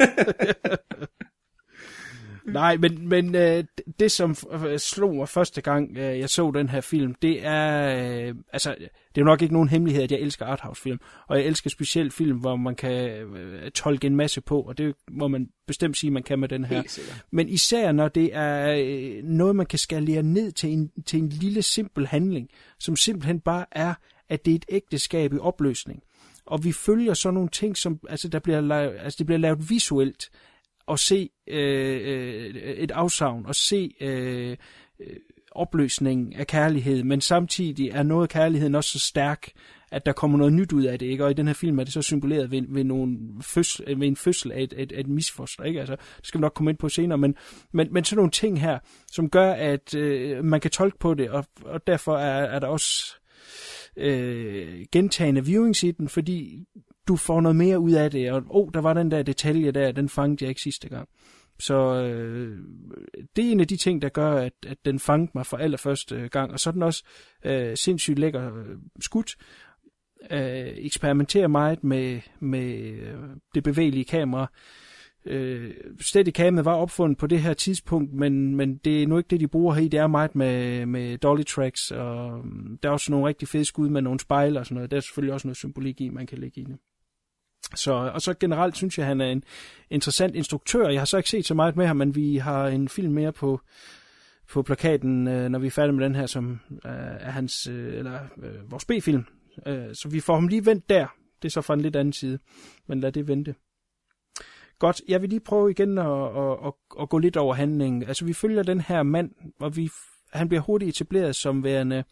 Nej, men det som slog mig første gang, jeg så den her film, det er, det er jo nok ikke nogen hemmelighed, at jeg elsker arthouse-film, og jeg elsker specielt film, hvor man kan tolke en masse på, og det må man bestemt sige, man kan med den her. Men især når det er noget, man kan skalere ned til en lille simpel handling, som simpelthen bare er, at det er et ægteskab i opløsning. Og vi følger sådan nogle ting, som det bliver lavet visuelt, at se et afsavn, og se opløsningen af kærlighed, men samtidig er noget af kærligheden også så stærk, at der kommer noget nyt ud af det, ikke? Og i den her film er det så symboleret ved en fødsel af et misfoster, ikke? Altså, det skal vi nok komme ind på senere, men sådan nogle ting her, som gør, at man kan tolke på det, og derfor er der også gentagende viewings i den, fordi du får noget mere ud af det, og der var den der detalje der, den fangede jeg ikke sidste gang. Så det er en af de ting, der gør, at den fangede mig for allerførste gang, og så er den også sindssygt lækker skudt, eksperimenterer meget med det bevægelige kamera. Steadicam'et var opfundet på det her tidspunkt, men det er nu ikke det, de bruger her i. Det er meget med dolly tracks, og der er også nogle rigtig fede skud med nogle spejle og sådan noget. Der er selvfølgelig også noget symbolik i, man kan lægge i det. Og så generelt synes jeg, han er en interessant instruktør. Jeg har så ikke set så meget med ham, men vi har en film mere på plakaten, når vi er færdige med den her, som er hans, vores B-film. Så vi får ham lige vendt der. Det er så fra en lidt anden side, men lad det vente. Godt, jeg vil lige prøve igen at gå lidt over handlingen. Altså, vi følger den her mand, og han bliver hurtigt etableret som værende...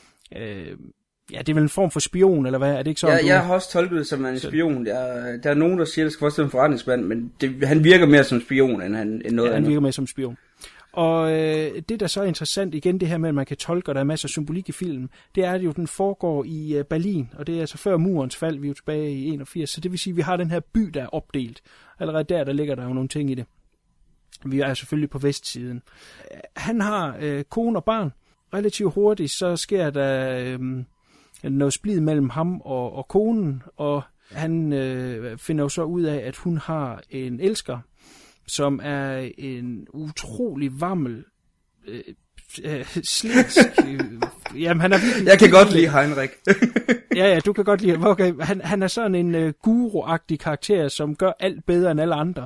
det er vel en form for spion, eller hvad? Er det ikke sådan? Jeg har også tolket det som en spion. Der er nogen, der siger, at det skal være en forretningsmand, men han virker mere som spion, end noget andet. Han virker mere som spion. Og det, der så er interessant, igen det her med, at man kan tolke, og der er masser af symbolik i filmen, det er, at jo den foregår i Berlin, og det er altså før murens fald, vi er jo tilbage i 81, så det vil sige, at vi har den her by, der er opdelt. Allerede der ligger der jo nogle ting i det. Vi er selvfølgelig på vestsiden. Han har kone og barn. Relativt hurtigt, så sker der noget splid mellem ham og konen, og han finder jo så ud af, at hun har en elsker, som er en utrolig vammel, slæsk. Jamen, han er virkelig... Jeg kan godt lide Heinrich. Ja, du kan godt lide ham. Okay, han er sådan en guru-agtig karakter, som gør alt bedre end alle andre.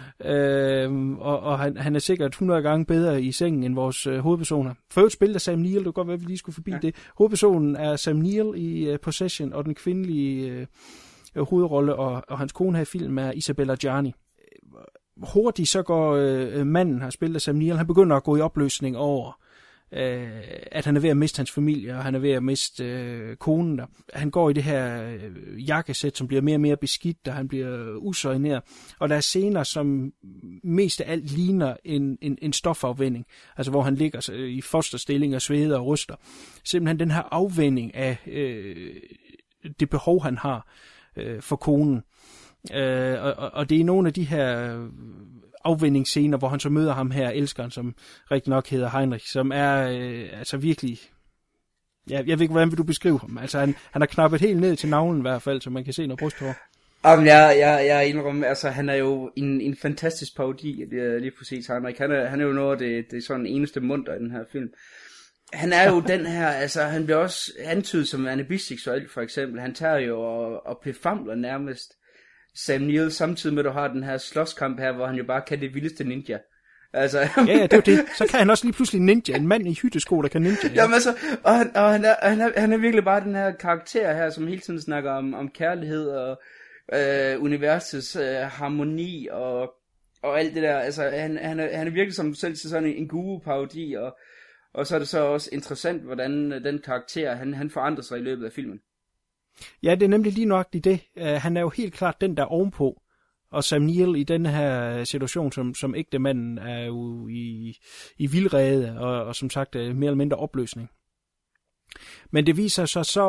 Og han er sikkert 100 gange bedre i sengen end vores hovedpersoner. For øvrigt spillet af Sam Neill, det kunne godt være, at vi lige skulle forbi det. Hovedpersonen er Sam Neill i Possession, og den kvindelige hovedrolle og hans kone her i filmen er Isabella Gianni. Hurtigt så går manden, har spillet af Sam Neill, han begynder at gå i opløsning over, at han er ved at miste hans familie, og han er ved at miste konen der. Han går i det her jakkesæt, som bliver mere og mere beskidt, og han bliver usøjneret. Og der er scener, som mest af alt ligner en stofafvinding, altså hvor han ligger i fosterstilling og sveder og ryster. Simpelthen den her afvinding af det behov, han har for konen. Og det er nogle af de her afvindingsscener, hvor han så møder ham her, elskeren, som rigtig nok hedder Heinrich, som er altså virkelig... Jeg ved ikke, hvordan vil du beskrive ham? Altså, han har knappet helt ned til navlen i hvert fald, så man kan se noget brysthår. Jamen, jeg indrømmer, altså, han er jo en fantastisk parodi, lige præcis Heinrich. Han er jo noget af det sådan eneste munter i den her film. Han er jo den her, altså, han bliver også antydet som en biseksuel, for eksempel. Han tager jo og befamler nærmest Sam Neill, samtidig med, at du har den her slåskamp her, hvor han jo bare kan det vildeste ninja. Altså... ja, det er jo det. Så kan han også lige pludselig ninja. En mand i hyttesko, der kan ninja. Ja. Jamen altså, og han er virkelig bare den her karakter her, som hele tiden snakker om kærlighed og universets harmoni og alt det der. Altså, han er virkelig som selv til sådan en guru-parodi, og så er det så også interessant, hvordan den karakter, han forandrer sig i løbet af filmen. Ja, det er nemlig lige nøjagtigt det. Han er jo helt klart den, der ovenpå. Og Sam Neill i den her situation, som ægte manden, er jo i vildrede, og som sagt mere eller mindre opløsning. Men det viser sig så,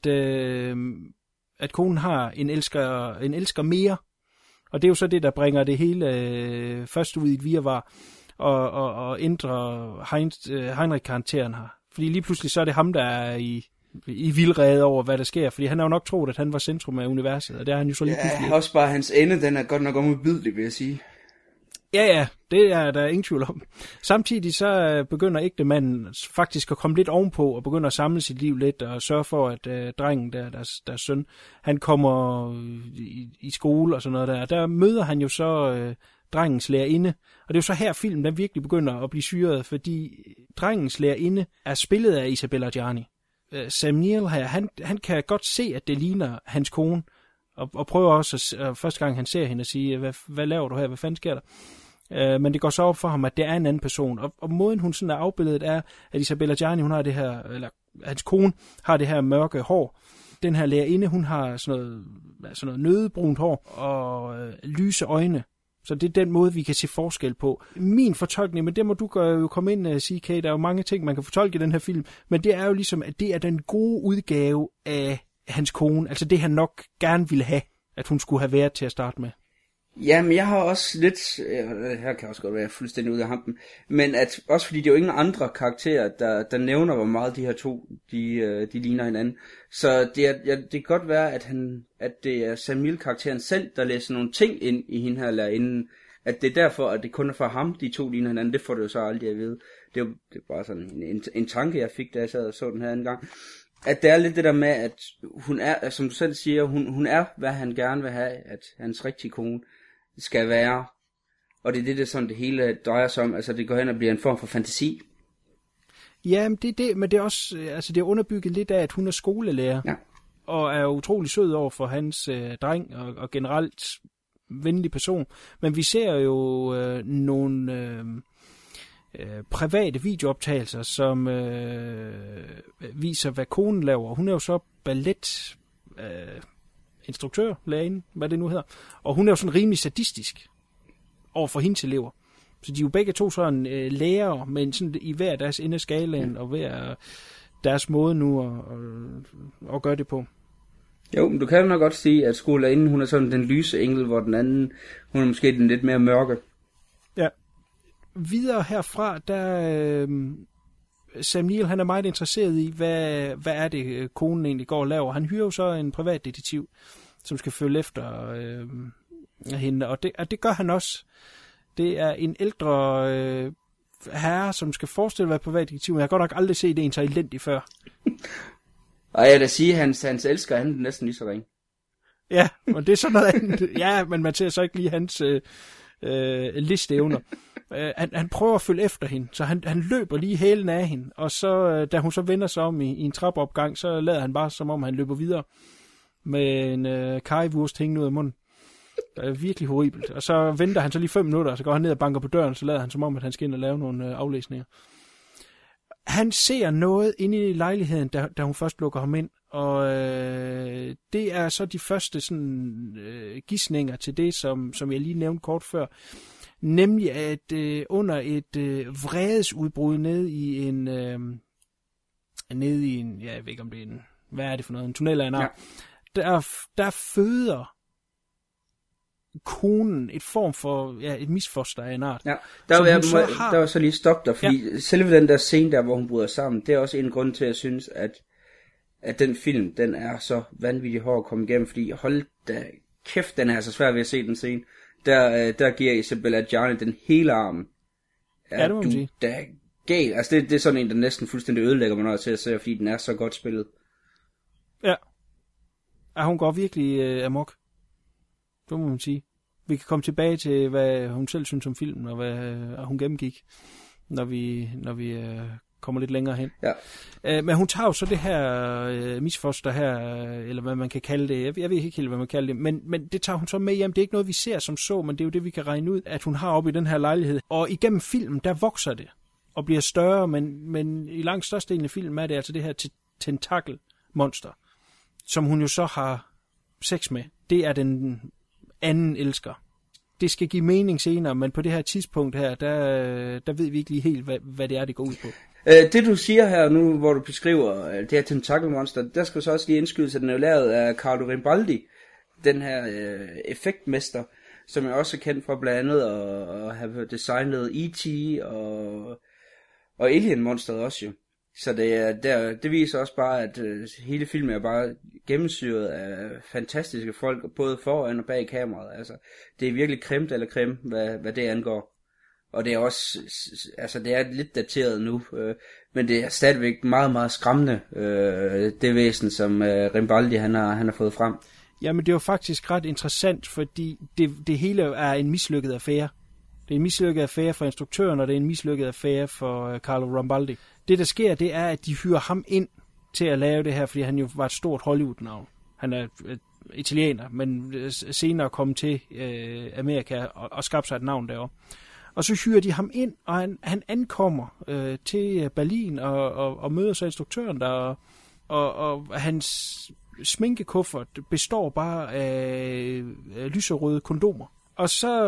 at konen har en elsker mere. Og det er jo så det, der bringer det hele først ud i et virvar, og ændrer Heinrich-karakteren her. Fordi lige pludselig så er det ham, der er i vildrede over, hvad der sker, fordi han har jo nok troet, at han var centrum af universet, og det er han jo så lige pludselig. Ja, også bare hans ende, den er godt nok umodbydelig, vil jeg sige. Ja, det er der ingen tvivl om. Samtidig så begynder ægtemanden faktisk at komme lidt ovenpå, og begynder at samle sit liv lidt, og sørge for, at drengen, deres søn, han kommer i skole og sådan noget der. Der møder han jo så drengens lærerinde, og det er jo så her filmen, der virkelig begynder at blive syret, fordi drengens lærerinde er spillet af Isabella Gianni. Sam Neill her, han kan godt se, at det ligner hans kone, og prøver også første gang han ser hende at sige, hvad laver du her, hvad fanden sker der? Men det går så op for ham, at det er en anden person, og måden hun sådan er afbildet er, at Isabella Gianni, hun har det her, eller hans kone har det her mørke hår. Den her lærerinde, hun har sådan noget nødebrunt hår og lyse øjne. Så det er den måde, vi kan se forskel på. Min fortolkning, men det må du jo komme ind og sige, Kate, der er jo mange ting, man kan fortolke i den her film, men det er jo ligesom, at det er den gode udgave af hans kone, altså det han nok gerne ville have, at hun skulle have været til at starte med. Jamen, jeg har også lidt, her kan også godt være fuldstændig ude af hampen, men at, også fordi det er jo ingen andre karakterer, der nævner, hvor meget de her to, de ligner hinanden. Så det kan godt være, at det er Samuel-karakteren selv, der læser nogle ting ind i hende her lærerinden, at det er derfor, at det kun er for ham, de to ligner hinanden. Det får du jo så aldrig at vide. Det er bare sådan en tanke, jeg fik, da jeg sad og så den her en gang. At det er lidt det der med, at hun er, som du selv siger, hun er, hvad han gerne vil have, at hans rigtige kone skal være. Og det er det, sådan det hele drejer sig om. Altså det går hen og bliver en form for fantasi. Ja, men det er det, men det er også, altså det er underbygget lidt af, at hun er skolelærer. Ja. Og er utrolig sød over for hans dreng, og generelt venlig person. Men vi ser jo nogle private videooptagelser, som viser, hvad konen laver. Hun er jo så ballet instruktør, lærerinde, hvad det nu hedder. Og hun er jo sådan rimelig sadistisk over for hendes elever. Så de er jo begge to sådan lærere, men sådan i hver deres ende af skalaen, og hver deres måde nu at gøre det på. Jo, men du kan jo nok godt sige, at skolelærerinden, hun er sådan den lyse engel, hvor den anden, hun er måske den lidt mere mørke. Ja. Videre herfra, der Sam Neill, han er meget interesseret i, hvad er det, konen egentlig går og laver. Han hyrer jo så en privatdetektiv, som skal følge efter hende, og det gør han også. Det er en ældre herre, som skal forestille at være privatdetektiv, men jeg har godt nok aldrig set en så elendig før. Og jeg vil da sige, hans elsker, han er næsten lige så ring. Ja, og det er sådan noget andet. Ja, men man ser så ikke lige hans listeevner. Han prøver at følge efter hende, så han løber lige hælen af hende, og så da hun så vender sig om i en trappeopgang, så lader han bare som om han løber videre med en karrivurst hængende ud af munden. Det er virkelig horribelt. Og så venter han så lige 5 minutter, og så går han ned og banker på døren, så lader han som om, at han skal ind og lave nogle aflæsninger. Han ser noget inde i lejligheden, da hun først lukker ham ind, og det er så de første sådan gidsninger til det, som jeg lige nævnte kort før. Nemlig at under et vredesudbrud nede i en, jeg ved ikke om det er en, hvad er det for noget, en tunnel af en arm, der føder konen et form for, et misfoster af en art. Ja, der var så lige stop der, fordi selve den der scene der, hvor hun bryder sammen, det er også en grund til, at jeg synes, at den film, den er så vanvittig hård at komme igennem, fordi hold da kæft, den er så svær ved at se den scene. Der giver Isabella Gianni den hele armen. Ja, det må man sige. Der er galt. Altså det er sådan en, der næsten fuldstændig ødelægger mig, når jeg ser at se, fordi den er så godt spillet. Ja. Hun går virkelig amok. Det må man sige. Vi kan komme tilbage til, hvad hun selv synes om filmen, og hvad hun gennemgik, når vi kommer lidt længere hen. Ja. Men hun tager jo så det her misfoster her, eller hvad man kan kalde det. Jeg ved ikke helt, hvad man kalder det, men det tager hun så med hjem. Det er ikke noget, vi ser som så, men det er jo det, vi kan regne ud, at hun har oppe i den her lejlighed. Og igennem filmen, der vokser det og bliver større, men i langt størstedelen af filmen er det altså det her tentakelmonster, som hun jo så har sex med. Det er den anden elsker. Det skal give mening senere, men på det her tidspunkt her, der ved vi ikke lige helt, hvad det er, det går ud på. Det du siger her nu, hvor du beskriver det her tentakelmonster, der skal så også lige indskydes, at den er jo lavet af Carlo Rambaldi, den her effektmester, som jeg også er kendt fra blandt andet at have designet E.T. og Alien-monsteret også jo. Så det viser også bare, at hele filmen er bare gennemsyret af fantastiske folk, både foran og bag kameraet. Altså, det er virkelig cremt eller creme, hvad det angår. Og det er også, altså det er lidt dateret nu, men det er stadigvæk meget, meget skræmmende, det væsen, som Rambaldi han har fået frem. Jamen det er jo faktisk ret interessant, fordi det hele er en mislykket affære. Det er en mislykket affære for instruktøren, og det er en mislykket affære for Carlo Rambaldi. Det der sker, det er, at de hyrer ham ind til at lave det her, fordi han jo var et stort Hollywood-navn. Han er italiener, men senere kom til Amerika og skabte sig et navn derovre. Og så hyrer de ham ind, og han ankommer til Berlin og møder så instruktøren der, og hans sminkekuffert består bare af lyserøde kondomer. Og så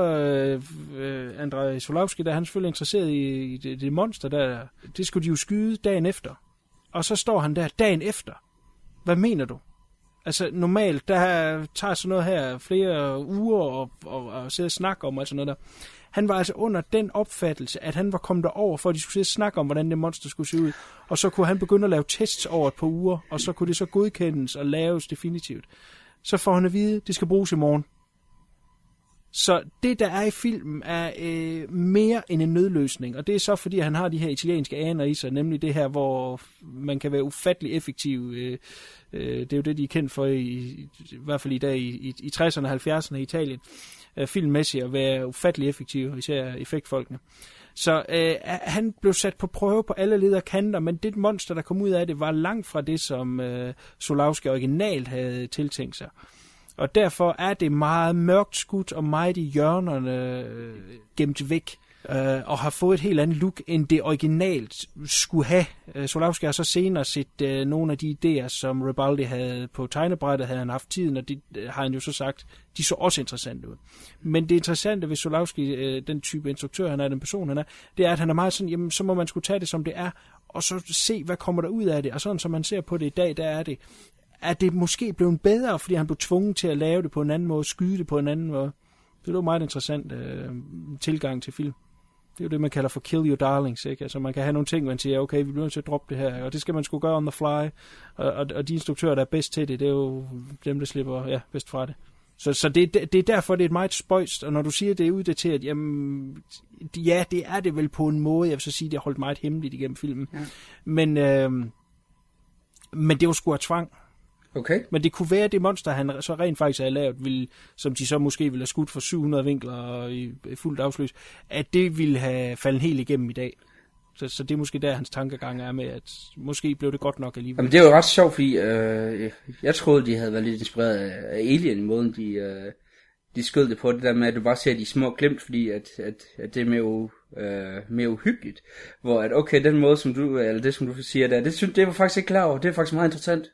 Andrei Zulawski, der er han selvfølgelig interesseret i det monster der. Det skulle de jo skyde dagen efter. Og så står han der dagen efter. Hvad mener du? Altså normalt, der tager sådan noget her flere uger og sidde og snakke om og sådan noget der. Han var altså under den opfattelse, at han var kommet derover, for at de skulle sidde og snakke om, hvordan det monster skulle se ud. Og så kunne han begynde at lave tests over et par uger, og så kunne det så godkendes og laves definitivt. Så får han at vide, at det skal bruges i morgen. Så det, der er i filmen, er mere end en nødløsning. Og det er så, fordi han har de her italienske aner i sig, nemlig det her, hvor man kan være ufattelig effektiv. Det er jo det, de er kendt for, i hvert fald i dag i 60'erne og 70'erne i Italien. Filmmæssigt at være ufattelig effektiv, især effektfolkene. Så han blev sat på prøve på alle leder kanter, men det monster, der kom ud af det, var langt fra det, som Zulawski originalt havde tiltænkt sig. Og derfor er det meget mørkt skudt og meget i hjørnerne gemt væk, og har fået et helt andet look, end det originalt skulle have. Zulawski har så senere set nogle af de idéer, som Rebaldi havde på tegnebrættet, havde han haft tiden, og det har han jo så sagt, de så også interessante ud. Men det interessante ved Zulawski, den type instruktør han er, den person han er, det er, at han er meget sådan, jamen så må man skulle tage det som det er, og så se, hvad kommer der ud af det. Og sådan som man ser på det i dag, der er det måske blevet bedre, fordi han blev tvunget til at lave det på en anden måde, skyde det på en anden måde. Det er jo meget interessant tilgang til film. Det er jo det, man kalder for kill your darlings, ikke? Altså man kan have nogle ting, man siger, okay, vi bliver nødt til at droppe det her, og det skal man sgu gøre on the fly, og de instruktører, der er bedst til det, det er jo dem, der slipper bedst fra det. Så det er derfor, det er et meget spøjst, og når du siger, det er uddateret, jamen, ja, det er det vel på en måde, jeg vil så sige, det er holdt meget hemmeligt igennem filmen. Ja. Men det var sgu af tvang. Okay. Men det kunne være, det monster, han så rent faktisk havde lavet, som de så måske ville have skudt for 700 vinkler og i fuldt afsløs, at det ville have faldet helt igennem i dag. Så det er måske der, hans tankegang er med, at måske blev det godt nok alligevel. Jamen, det er jo ret sjovt, fordi jeg troede, de havde været lidt inspireret af Alien, i måden de skød det på, det der med, at du bare ser de små glimt, fordi at det er mere uhyggeligt. Hvor at, okay, den måde, som du siger der, det var faktisk ikke klar over, det er faktisk meget interessant.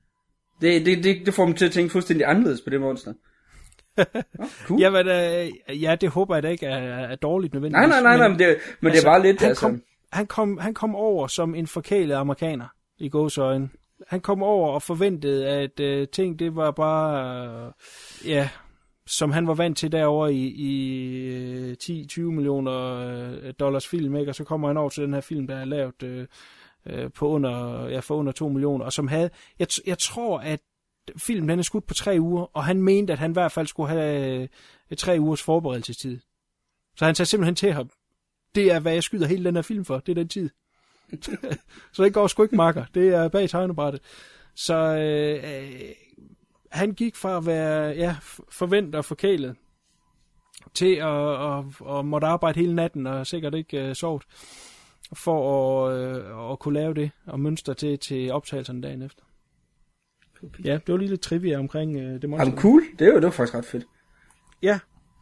Det får mig til at tænke fuldstændig anderledes på det monster. Cool. Jamen, det håber jeg da ikke er dårligt nødvendigvis. Nej, men det er bare lidt... Han kom over som en forkælet amerikaner i gåseøjne. Han kom over og forventede, at ting, det var bare... som han var vant til derovre i 10-20 millioner dollars film, ikke? Og så kommer han over til den her film, der er lavet... for under 2 millioner, og som havde, jeg tror, at filmen den er skudt på 3 uger, og han mente, at han i hvert fald skulle have 3 ugers forberedelsestid. Så han sagde simpelthen til ham, det er, hvad jeg skyder hele den her film for, det er den tid. Så det går sgu ikke makker, det er bag tegnebrættet. Så han gik fra at være forventet og forkælet, til at måtte arbejde hele natten, og sikkert ikke sovet, for at kunne lave det, og mønstre til optagelserne dagen efter. Ja, det var lige lidt trivia omkring det monster. Jamen cool, det var faktisk ret fedt. Ja.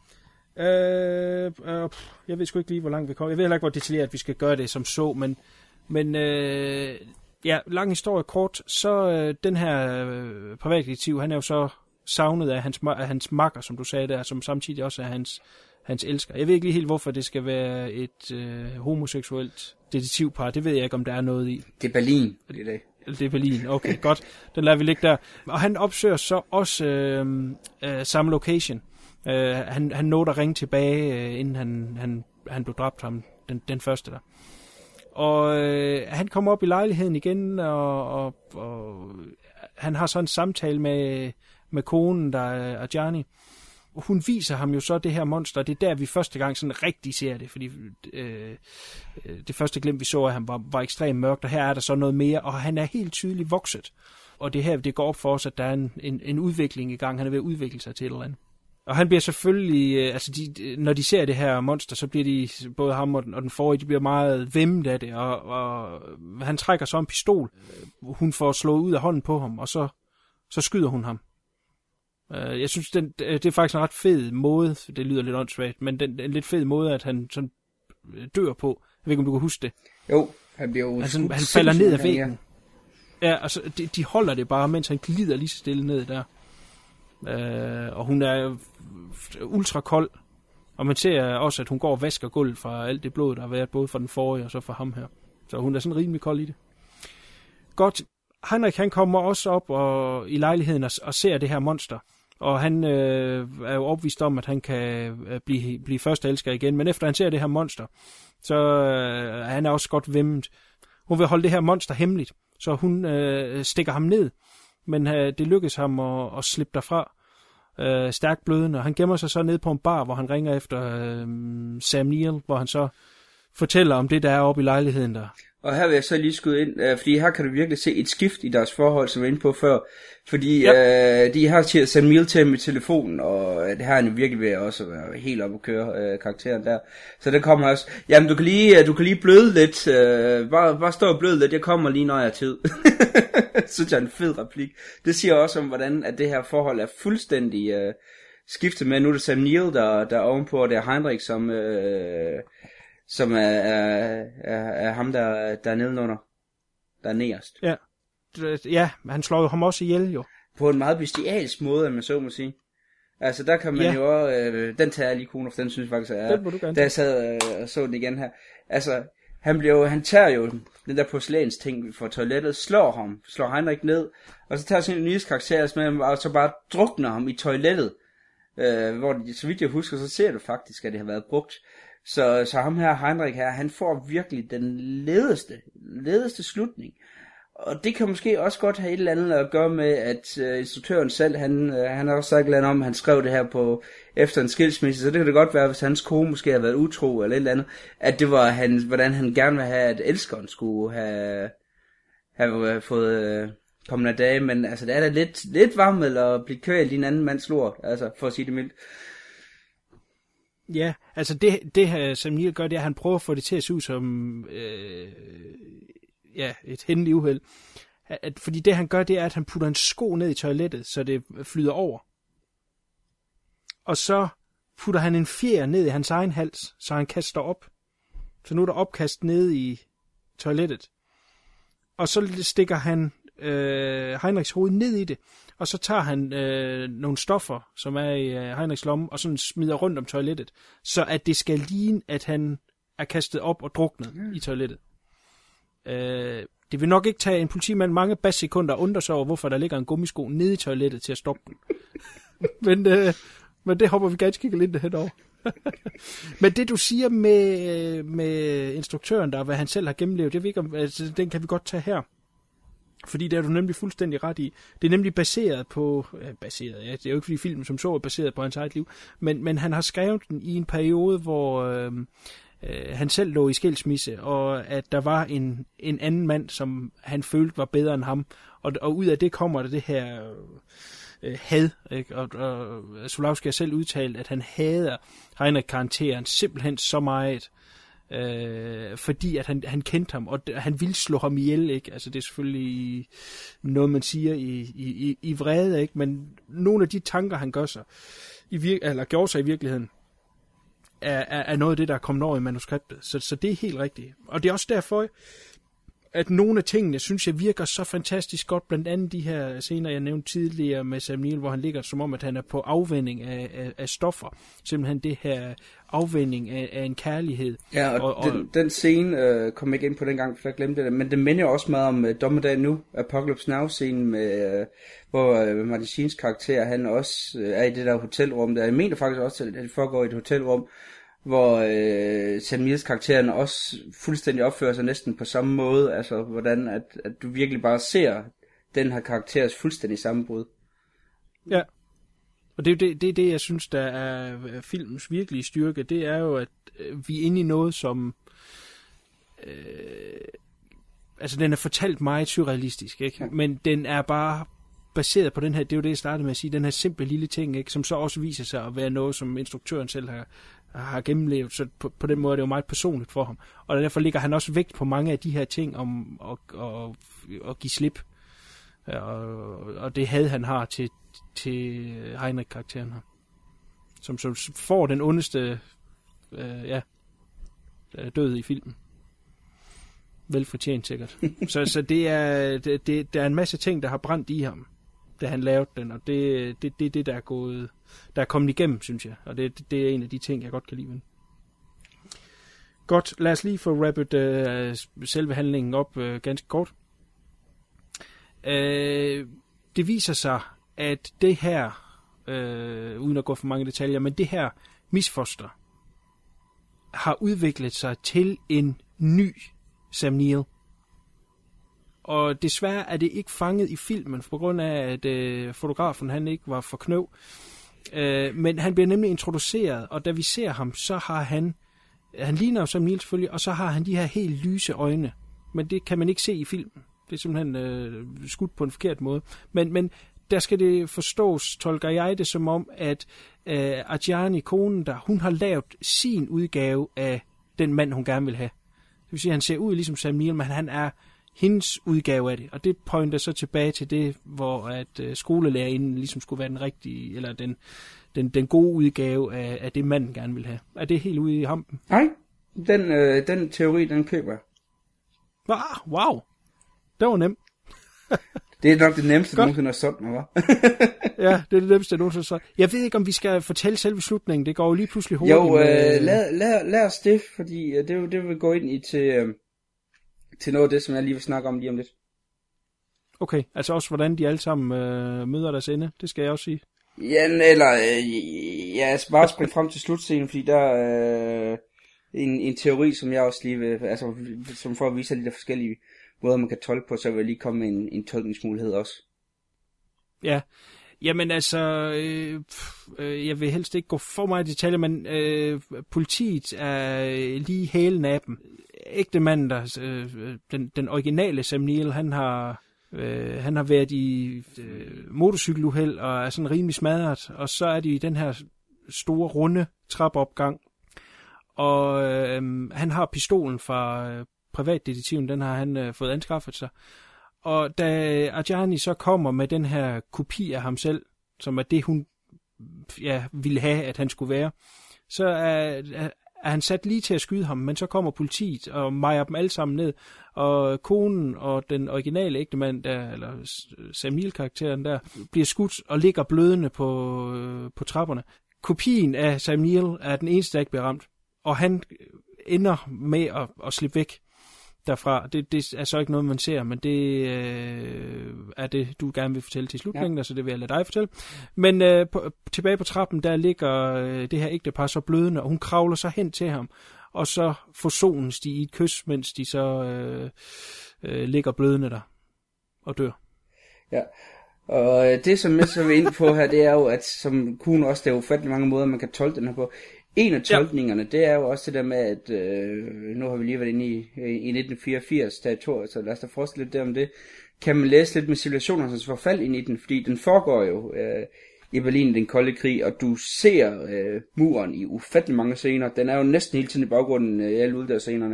Jeg ved sgu ikke lige, hvor langt vi kommer. Jeg ved heller ikke, hvor detaljeret vi skal gøre det som så, men lang historie kort, så den her privatdetektiv, han er jo så savnet af hans makker, som du sagde der, som samtidig også er hans elsker. Jeg ved ikke lige helt, hvorfor det skal være et homoseksuelt detektivpar. Det ved jeg ikke, om der er noget i. Det er Berlin i dag. Det er Berlin, okay, godt. Den lader vi ligge der. Og han opsøger så også samme location. Han nåede at ringe tilbage, inden han blev dræbt ham, den første der. Og han kommer op i lejligheden igen, og han har så en samtale med konen, der er Gianni. Hun viser ham jo så det her monster, og det er der, vi første gang sådan rigtig ser det, fordi det første glimt, vi så af ham, var ekstremt mørkt, og her er der så noget mere, og han er helt tydeligt vokset. Og det her, det går op for os, at der er en udvikling i gang. Han er ved at udvikle sig til et eller andet. Og han bliver selvfølgelig, når de ser det her monster, så bliver de, både ham og den forrige, de bliver meget væmmet af det, og han trækker så en pistol. Hun får slået ud af hånden på ham, og så skyder hun ham. Jeg synes, det er faktisk en ret fed måde, det lyder lidt åndssvagt, men en lidt fed måde, at han sådan dør på. Jeg ved ikke, om du kan huske det. Jo, han bliver jo han falder ned af væggen. Ja, altså, de holder det bare, mens han glider lige så stille ned der. Og hun er ultra kold. Og man ser også, at hun går og vasker gulvet fra alt det blod, der har været, både fra den forrige og så fra ham her. Så hun er sådan rimelig kold i det. Godt. Henrik, han kommer også op i lejligheden og ser det her monster. Og han er jo opvist om, at han kan blive førsteelsker igen. Men efter han ser det her monster, så han er også godt vemmet. Hun vil holde det her monster hemmeligt, så hun stikker ham ned. Men det lykkes ham at slippe derfra. Stærkt blødende, og han gemmer sig så ned på en bar, hvor han ringer efter Sam Neill, hvor han så fortæller om det, der er oppe i lejligheden der. Og her vil jeg så lige skyde ind, fordi her kan du virkelig se et skift i deres forhold, som jeg var inde på før. Fordi de har Sam Neill til med telefonen, og det her er han virkelig ved også at være helt op at køre karakteren der. Så det kommer også, jamen du kan lige bløde lidt, bare stå og bløde lidt, jeg kommer lige når jeg har tid. Synes jeg er en fed replik. Det siger også om, hvordan at det her forhold er fuldstændig skiftet med. Nu er det Sam Neill, der er ovenpå, og det er Heinrich, som er ham, der er nedenunder. Der er nederst. Ja, han slår jo ham også ihjel jo. På en meget bestialsk måde, at man så må sige. Altså der kan man jo også, den tager jeg lige kone, for den synes jeg faktisk er, da jeg sad og så den igen her. Altså, han tager jo den der porcelæns ting fra toilettet, slår Heinrich ned, og så tager sin nye karakter med ham, og så bare drukner ham i toilettet. Hvor så vidt jeg husker, så ser du faktisk, at det har været brugt. Så ham her, Heinrich her, han får virkelig den ledeste slutning. Og det kan måske også godt have et eller andet at gøre med, at instruktøren selv, han har også sagt et eller andet om, han skrev det her efter en skilsmisse, så det kan det godt være, hvis hans kone måske har været utro eller et eller andet, at det var hvordan han gerne vil have, at elskeren skulle have fået kommende dage, men altså det er da lidt varmt at blive kvælt i en anden mands lort, altså for at sige det mildt. Ja, altså det her Sam Neill gør, det er, at han prøver at få det til at se ud som et hændeligt uheld. Fordi det han gør, det er, at han putter en sko ned i toilettet, så det flyder over. Og så putter han en fjer ned i hans egen hals, så han kaster op. Så nu er der opkast nede i toilettet. Og så stikker han Heinrichs hoved ned i det, og så tager han nogle stoffer, som er i Heinrichs lomme, og sådan smider rundt om toilettet, så at det skal ligne, at han er kastet op og druknet i toilettet. Det vil nok ikke tage en politimand mange bassekunder at undre sig over, hvorfor der ligger en gummisko nede i toilettet til at stoppe den. men det hopper vi ganske lidt henover. Men det du siger med instruktøren der, hvad han selv har gennemlevet, jeg ved ikke om, altså, den kan vi godt tage her. Fordi det er du nemlig fuldstændig ret i. Det er nemlig baseret på... det er jo ikke fordi filmen som så er baseret på hans eget liv. Men han har skrevet den i en periode, hvor han selv lå i skilsmisse, og at der var en anden mand, som han følte var bedre end ham. Og ud af det kommer der det her had. Ikke? Og Zulawski har selv udtalt, at han hader Heinrich-karakteren simpelthen så meget, fordi at han kendte ham, og han ville slå ham ihjel, ikke? Altså det er selvfølgelig noget, man siger i vrede, ikke? Men nogle af de tanker, han gør sig, gjorde sig i virkeligheden, er noget af det, der er kommet over i manuskriptet. Så det er helt rigtigt. Og det er også derfor, at nogle af tingene, synes jeg, virker så fantastisk godt, blandt andet de her scener, jeg nævnte tidligere med Sam Neill, hvor han ligger som om, at han er på afvænning af stoffer. Simpelthen det her afvænning af en kærlighed. Ja, og den scene kom ikke ind på dengang, for jeg glemte det, men det minder også meget om Dommedag Nu, Apocalypse Now-scenen, hvor Martin Sheens karakter, han også er i det der hotelrum der. Jeg mener faktisk også, at det foregår i et hotelrum, hvor Sam Neills karakteren også fuldstændig opfører sig næsten på samme måde, altså hvordan at du virkelig bare ser den her karakters fuldstændig sammenbrud. Ja, og det er det, jeg synes, der er filmens virkelige styrke, det er jo, at vi er inde i noget, som altså den er fortalt meget surrealistisk, ikke? Ja. Men den er bare baseret på den her, det er jo det, jeg startede med at sige, den her simple lille ting, ikke? Som så også viser sig at være noget, som instruktøren selv har gennemlevet, så på den måde er det jo meget personligt for ham. Og derfor ligger han også vægt på mange af de her ting om at give slip. Og det had han har til Heinrich-karakteren her. Som får den ondeste død i filmen. Velfortjent sikkert. så der er en masse ting, der har brændt i ham, da han lavede den, og det der er kommet igennem, synes jeg. Og det er en af de ting, jeg godt kan lide. Godt, lad os lige få rappet selve handlingen op ganske kort. Det viser sig, at det her, uden at gå for mange detaljer, men det her misfoster har udviklet sig til en ny Sam Neill. Og desværre er det ikke fanget i filmen, på grund af, at fotografen han ikke var for knøv. Men han bliver nemlig introduceret, og da vi ser ham, så har han ligner jo Sam Neill selvfølgelig, og så har han de her helt lyse øjne. Men det kan man ikke se i filmen. Det er simpelthen skudt på en forkert måde. Men der skal det forstås, tolker jeg det som om, at Adjani, konen der, hun har lavet sin udgave af den mand, hun gerne vil have. Det vil sige, at han ser ud ligesom Sam Neill, men han er hendes udgave af det. Og det pointer så tilbage til det, hvor at skolelærerinden ligesom skulle være den rigtige, eller den gode udgave af det, manden gerne vil have. Er det helt ude i hampen? Nej, den teori, den køber jeg. Wow, det var nemt. Det er nok det nemmeste, du nogensinde har solgt mig, hva'? Ja, det er det nemmeste, jeg nogensinde har solgt. Jeg ved ikke, om vi skal fortælle selve slutningen. Det går jo lige pludselig hurtigt. Jo, lad os det, fordi det vil gå ind i til noget af det, som jeg lige vil snakke om lige om lidt. Okay, altså også hvordan de alle sammen møder deres ende, det skal jeg også sige. Ja, jeg skal bare springe frem til slutscenen, fordi der er en teori, som jeg også lige vil, altså som for at vise lidt af forskellige måder, man kan tolke på, så vil jeg lige komme med en tolkningsmulighed også. Ja, jamen altså, jeg vil helst ikke gå for meget i detaljer, men politiet er lige hælen af dem. Ægtemanden, den originale Sam Neill, han har været i motorcykeluheld og er sådan rimelig smadret, og så er de i den her store runde trappeopgang, og han har pistolen fra privatdetektiven, den har han fået anskaffet sig. Og da Adjani så kommer med den her kopi af ham selv, som er det, hun ville have, at han skulle være, så er han sat lige til at skyde ham, men så kommer politiet og mejer dem alle sammen ned, og konen og den originale ægtemand der, eller Sam Neill-karakteren der, bliver skudt og ligger blødende på trapperne. Kopien af Sam Neill er den eneste, der ikke bliver ramt, og han ender med at slippe væk derfra. Det er så ikke noget, man ser, men det er det, du gerne vil fortælle til slutningen, ja. Så det vil jeg lade dig fortælle. Men tilbage på trappen, der ligger det her ægtepar så blødende, og hun kravler så hen til ham, og så forsones de i et kys, mens de så ligger blødende der og dør. Ja, og det som jeg så vil ind på her, det er jo, at som kunne også, der er ufattelig mange måder, man kan tolke den her på. En af tolkningerne, det er jo også det der med, at nu har vi lige været inde i 1984 territoriet, så lad os da forestille lidt der om det. Kan man læse lidt med civilisationernes forfald ind i den, fordi den foregår jo i Berlin, den kolde krig, og du ser muren i ufattelig mange scener. Den er jo næsten hele tiden i baggrunden i alle uddørscenerne.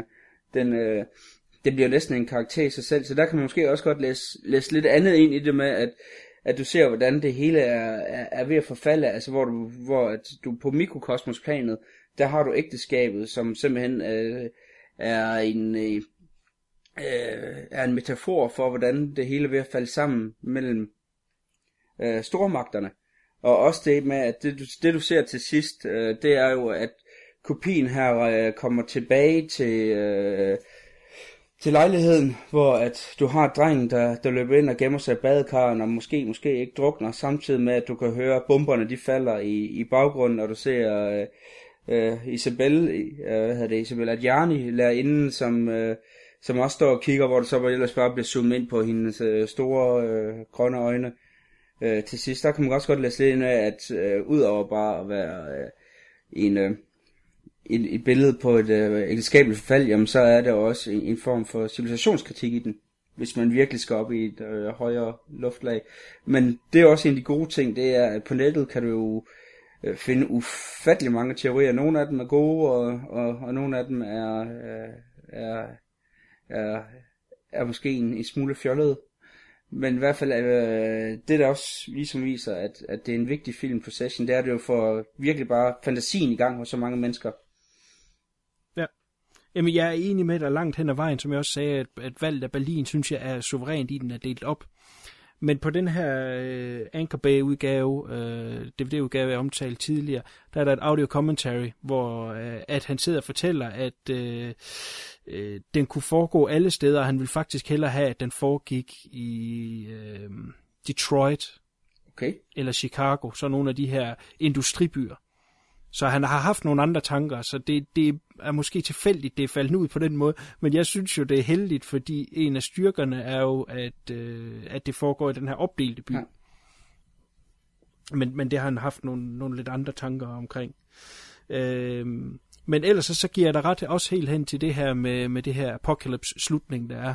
Det bliver næsten en karakter i sig selv, så der kan man måske også godt læse lidt andet ind i det med, at du ser, hvordan det hele er ved at forfalde, altså hvor at du på mikrokosmosplanet, der har du ægteskabet, som simpelthen er en metafor for, hvordan det hele er ved at falde sammen mellem stormagterne. Og også det med, at det du ser til sidst, det er jo, at kopien her kommer tilbage til lejligheden, hvor at du har drengen, der løber ind og gemmer sig i badekaren, og måske ikke drukner, samtidig med, at du kan høre bomberne, de falder i baggrunden, og du ser Isabelle Adjani, lærerinden, som også står og kigger, hvor du så ellers bare bliver zoomet ind på hendes store grønne øjne. Til sidst, der kan man også godt læse lidt ind af, at udover bare at være et billede på et ægteskabeligt forfald, jamen så er der også en form for civilisationskritik i den, hvis man virkelig skal op i et højere luftlag. Men det er også en af de gode ting, det er, at på nettet kan du jo finde ufattelig mange teorier. Nogle af dem er gode, og nogle af dem er måske en smule fjollede. Men i hvert fald, det der også ligesom viser, at det er en vigtig film, Possession, det er det jo for virkelig bare fantasien i gang hos så mange mennesker. Ja. Jamen, jeg er enig med dig langt hen ad vejen, som jeg også sagde, at valget af Berlin, synes jeg, er suverænt i, den er delt op. Men på den her Anchor Bay-udgave, DVD-udgave, jeg omtalte tidligere, der er der et audio commentary, hvor at han sidder og fortæller, at den kunne foregå alle steder, og han ville faktisk hellere have, at den foregik i Detroit, eller Chicago, så nogle af de her industribyer. Så han har haft nogle andre tanker, så det er måske tilfældigt, det er faldet ud på den måde, men jeg synes jo, det er heldigt, fordi en af styrkerne er jo, at det foregår i den her opdelte by. Ja. Men det har han haft nogle lidt andre tanker omkring. Men ellers så giver jeg dig ret også helt hen til det her med det her apocalypse-slutning, der er.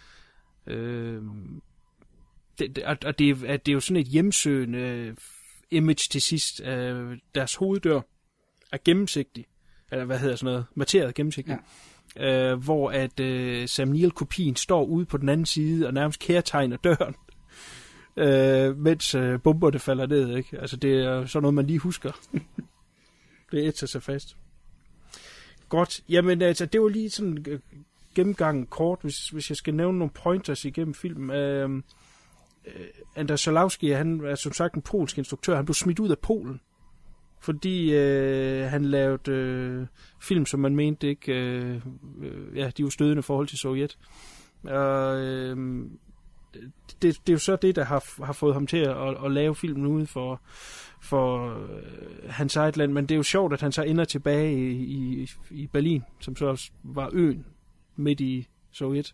Og det er jo sådan et hjemsøgende image til sidst. Deres hoveddør er gennemsigtig, eller hvad hedder sådan noget, materiet gennemsigtig, hvor at Sam Neill-kopien står ude på den anden side og nærmest kærtegner døren, mens bomberne falder ned, ikke? Altså det er sådan noget, man lige husker. Det ætser sig fast. Godt, jamen altså, det var lige sådan gennemgangen kort, hvis jeg skal nævne nogle pointers igennem filmen. Andrzej Żuławski, han er som sagt en polsk instruktør. Han blev smidt ud af Polen, fordi han lavede film, som man mente ikke, de var stødende i forhold til Sovjet. Det er jo så det, der har fået ham til at lave filmen ude for hans eget land, men det er jo sjovt, at han så ender tilbage i Berlin, som så også var øen midt i Sovjet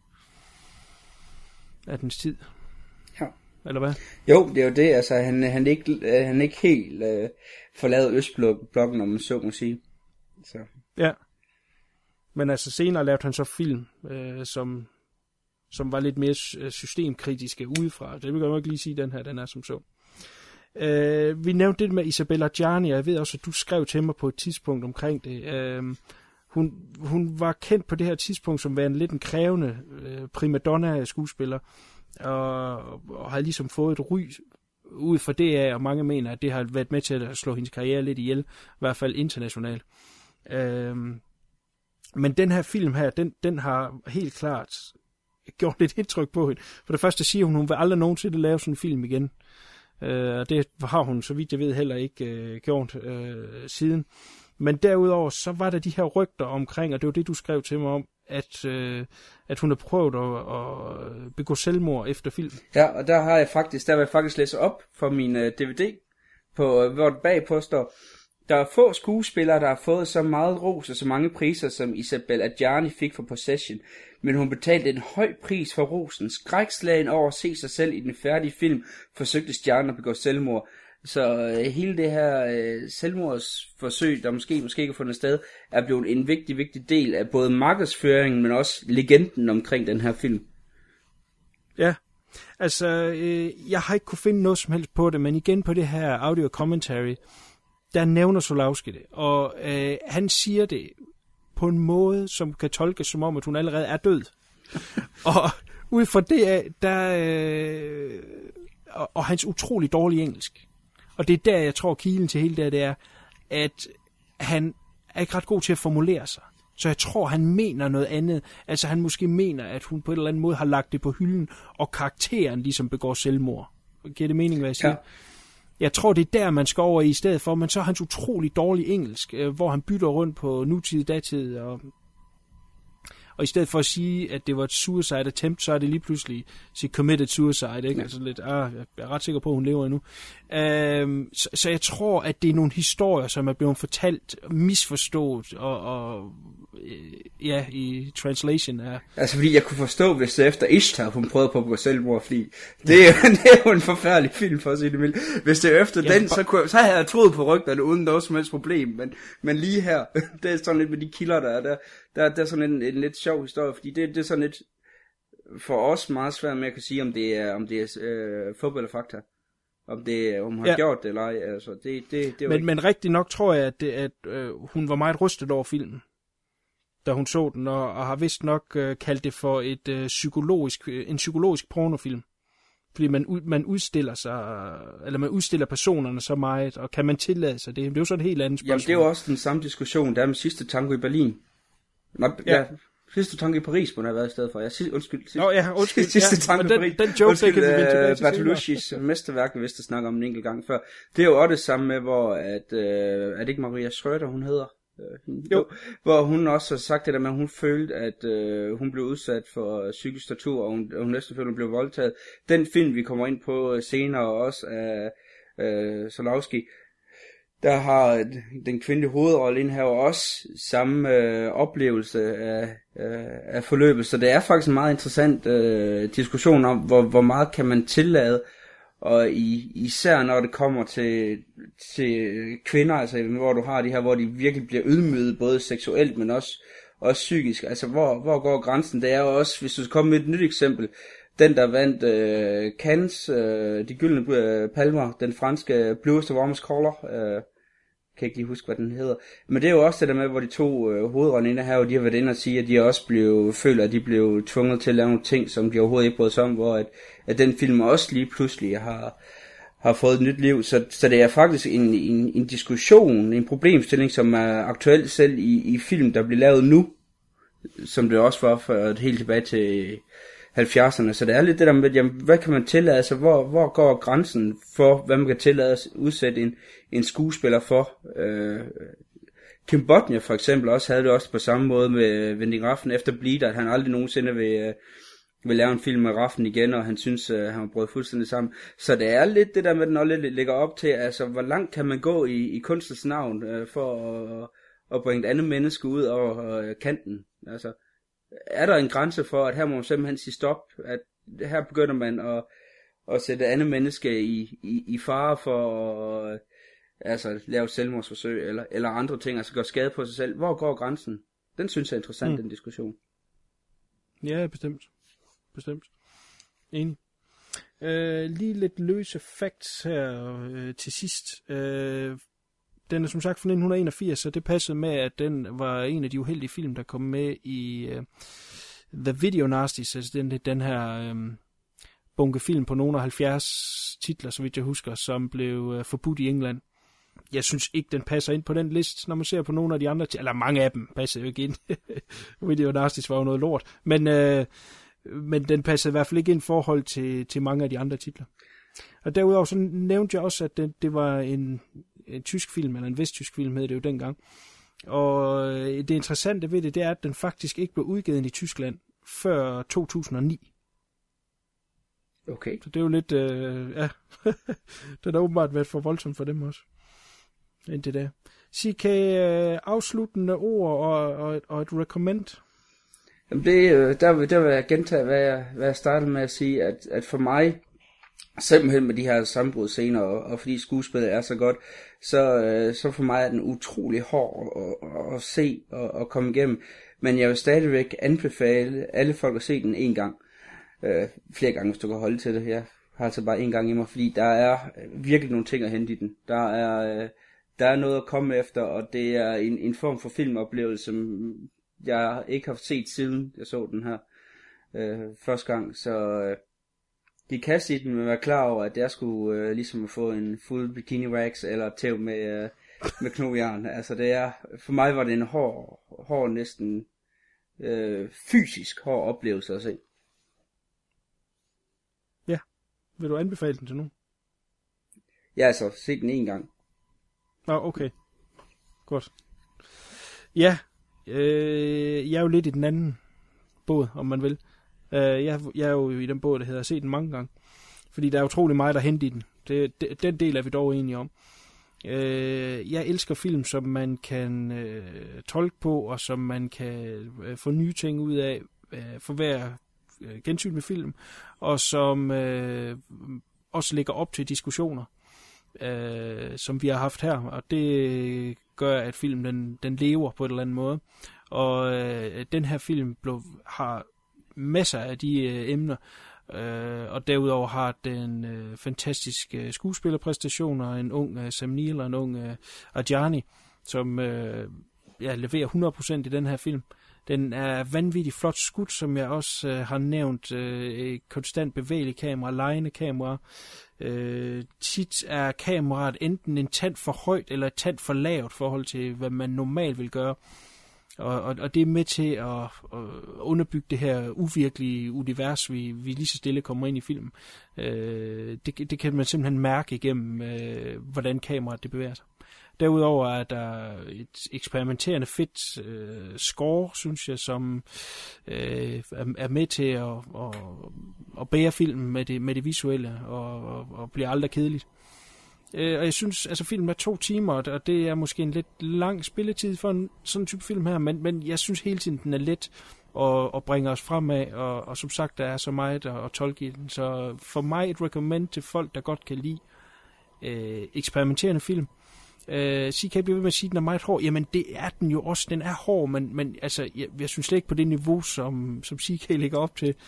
af dens tid. Eller hvad? Jo, det er jo det, altså han er ikke helt forladet Østblokken, om man så må sige. Så. Ja. Men altså senere lavede han så film, som var lidt mere systemkritiske udefra. Det vil jeg nok lige sige, den er som så. Vi nævnte det med Isabella Adjani, og jeg ved også, at du skrev til mig på et tidspunkt omkring det. Hun var kendt på det her tidspunkt som værende lidt en krævende primadonna-skuespiller, og har ligesom fået et ry ud fra det af, og mange mener, at det har været med til at slå hendes karriere lidt ihjel, i hvert fald internationalt. Men den her film her, den har helt klart gjort lidt indtryk på hende. For det første siger hun vil aldrig nogensinde lave sådan en film igen. Det har hun, så vidt jeg ved, heller ikke gjort siden. Men derudover, så var der de her rygter omkring, og det var det, du skrev til mig om, at hun har prøvet at begå selvmord efter filmen. Ja, og der vil jeg faktisk læse op for min DVD, hvor det bagpå står, der er få skuespillere, der har fået så meget ros og så mange priser, som Isabella Adjani fik for Possession, men hun betalte en høj pris for rosen. Skrækslagen over at se sig selv i den færdige film, forsøgte stjernen at begå selvmord. Så hele det her selvmordsforsøg, der måske ikke har fundet sted, er blevet en vigtig del af både markedsføringen, men også legenden omkring den her film. Ja, altså jeg har ikke kunne finde noget som helst på det, men igen på det her audio commentary, der nævner Żuławski det, og han siger det på en måde, som kan tolkes som om, at hun allerede er død. Og ud fra det og hans utrolig dårlige engelsk. Og det er der, jeg tror, kilen til hele det er, at han er ikke ret god til at formulere sig. Så jeg tror, han mener noget andet. Altså han måske mener, at hun på en eller anden måde har lagt det på hylden, og karakteren ligesom begår selvmord. Giver det mening, hvad jeg siger? Ja. Jeg tror, det er der, man skal over i stedet for, men så er hans utrolig dårlig engelsk, hvor han bytter rundt på nutid, datid, og i stedet for at sige, at det var et suicide attempt, så er det lige pludselig committed suicide, ikke? Ja. Altså lidt, jeg er ret sikker på, at hun lever endnu. Så jeg tror, at det er nogle historier, som er blevet fortalt, misforstået, og i translation er... Altså fordi jeg kunne forstå, hvis det efter Ishtar, hun prøvede på at gå selvmord, fordi det er jo en forfærdelig film, for at sige det mildt. Hvis det er efter den, så havde jeg troet på rygterne, uden noget som helst problem, men lige her, det er sådan lidt med de kilder, der er sådan en lidt sjov historie, fordi det er sådan lidt for os meget svært med at kunne sige, om det er fodbold eller fakta. Om hun har gjort det eller ej. Altså, men rigtig nok tror jeg, at hun var meget rystet over filmen, da hun så den, og har vist nok kaldt det for en psykologisk pornofilm. Fordi man udstiller sig, eller man udstiller personerne så meget, og kan man tillade sig det? Det er jo så et helt andet spørgsmål. Jamen, det er jo også den samme diskussion, der er med Sidste Tango i Berlin. Sidste Tango i Paris, må der have været i stedet for. Sidste Tango i Paris. Den joke, kan vi vende tilbage til Bartolucci's mesterværk, vi vidste snakke om en enkelt gang før. Det er jo også det samme med, hvor at, er det ikke Maria Schröder, hun hedder? Jo. Hvor hun også har sagt det der med, at hun følte, at hun blev udsat for psykisk tortur, og hun næsten følte, at hun blev voldtaget. Den film, vi kommer ind på senere også af Solowski, der har den kvindelige hovedrolle ind her også samme oplevelse af forløbet. Så det er faktisk en meget interessant diskussion om, hvor meget kan man tillade, og især når det kommer til kvinder, altså hvor du har de her, hvor de virkelig bliver ydmyget, både seksuelt, men også psykisk. Altså hvor går grænsen? Det er jo også, hvis du skal komme med et nyt eksempel, den der vandt Cannes, de gyldne palmer, den franske Bluest of Warmest Color, kan ikke lige huske, hvad den hedder. Men det er jo også det der med, hvor de to hovedrollerne her, og de har været inde og sige, at de også føler, at de blev tvunget til at lave nogle ting, som de overhovedet ikke brød sig om, hvor at den film også lige pludselig har fået et nyt liv. Så det er faktisk en diskussion, en problemstilling, som er aktuel selv i film, der bliver lavet nu, som det også var for helt tilbage til 70'erne. Så det er lidt det der med, jamen, hvad kan man tillade sig? Hvor går grænsen for, hvad man kan tillade at udsætte en skuespiller for? Kim Bodnia for eksempel også havde det også på samme måde med Vending Raffen efter Bleeder, at han aldrig nogensinde vil lave en film med Raffen igen, og han synes, han var brudt fuldstændig sammen. Så det er lidt det der med, at den også lidt ligger op til, altså hvor langt kan man gå i kunstens navn for at bringe et andet menneske ud over kanten? Altså, er der en grænse for, at her må man simpelthen sige stop, at her begynder man at sætte et andet menneske i fare for at lave selvmordsforsøg eller andre ting, altså gøre skade på sig selv. Hvor går grænsen? Den synes jeg er interessant, den diskussion. Ja, bestemt. Enig. Lige lidt løse facts her til sidst. Den er som sagt fra 1981, så det passede med, at den var en af de uheldige film, der kom med i The Video Nasties, altså den her bunke film på nogle af 70 titler, så vidt jeg husker, som blev forbudt i England. Jeg synes ikke, den passer ind på den liste, når man ser på nogle af de andre, eller mange af dem passer jo ikke ind. Video Nasties var jo noget lort, men den passede i hvert fald ikke ind i forhold til mange af de andre titler. Og derudover så nævnte jeg også, at det var en tysk film, eller en vesttysk film hed det jo dengang. Og det interessante ved det er, at den faktisk ikke blev udgivet i Tyskland før 2009. Okay. Så det er jo lidt, det har åbenbart været for voldsomt for dem også. Indtil det. CK, afsluttende ord og et recommend? Jamen der vil jeg gentage, hvad jeg startede med at sige, at for mig, simpelthen med de her sammenbrudsscener, og fordi skuespillet er så godt, så for mig er den utrolig hård at se og komme igennem. Men jeg vil stadigvæk anbefale alle folk at se den en gang. Flere gange, hvis du kan holde til det her. Har altså bare en gang i mig, fordi der er virkelig nogle ting at hente i den. Der er noget at komme efter, og det er en form for filmoplevelse, som jeg ikke har set siden jeg så den her første gang. Så de kan sige den, men være klar over, at jeg skulle ligesom at få en fuld bikini wax eller tæv med knogjern. Altså det er, for mig var det en hård næsten fysisk hård oplevelse at se. Ja, vil du anbefale den til nogen? Ja, altså, se den en gang. Okay. Godt. Ja, jeg er jo lidt i den anden båd, om man vil. Jeg er jo i den båd, der hedder Se den mange gange. Fordi der er utrolig meget, der henter i den. Den del er vi dog enige om. Jeg elsker film, som man kan tolke på, og som man kan få nye ting ud af for hver gensyn med film, og som også ligger op til diskussioner, som vi har haft her, og det gør, at filmen den lever på en eller anden måde. Og den her film har masser af de emner, og derudover har den fantastiske skuespillerpræstationer, en ung Sam Neill og en ung Adjani, som leverer 100% i den her film. Den er vanvittigt flot skudt, som jeg også har nævnt. Konstant bevægelig kamera, lejende kamera. Tit er kameraet enten en tand for højt eller et tand for lavt i forhold til, hvad man normalt vil gøre. Og det er med til at underbygge det her uvirkelige univers, vi lige så stille kommer ind i filmen. Det kan man simpelthen mærke igennem, hvordan kameraet det bevæger sig. Derudover er der et eksperimenterende fedt score, synes jeg, som er med til at bære filmen med det visuelle og bliver aldrig kedeligt. Og jeg synes, altså filmen er 2 timer, og det er måske en lidt lang spilletid for en sådan type film her, men jeg synes hele tiden, den er let og bringer os fremad, og som sagt, der er så meget at tolke i den. Så for mig et recommend til folk, der godt kan lide eksperimenterende film. CK bliver ved med at sige, at den er meget hård. Jamen, det er den jo også. Den er hård, men altså, jeg synes slet ikke på det niveau, som CK lægger op til.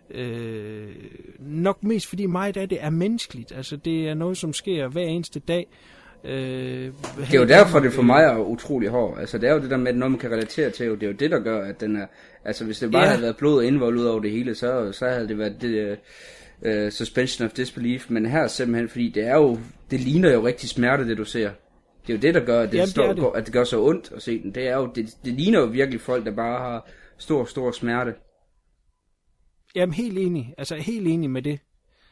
Nok mest fordi meget af det er menneskeligt. Altså, det er noget, som sker hver eneste dag. Det er jo derfor, det for mig er utrolig hård. Altså, det er jo det der med, noget man kan relatere til. Det er jo det, der gør, at den er... Altså, hvis det bare havde været blod indvoldt ud over det hele, så havde det været det... suspension of disbelief. Men her simpelthen, fordi det ligner jo rigtig smerte, det du ser. Det er jo det, der gør, at det gør så ondt at se den. Det er jo, det ligner jo virkelig folk, der bare har stor smerte. Jamen, helt enig. Altså, helt enig med det.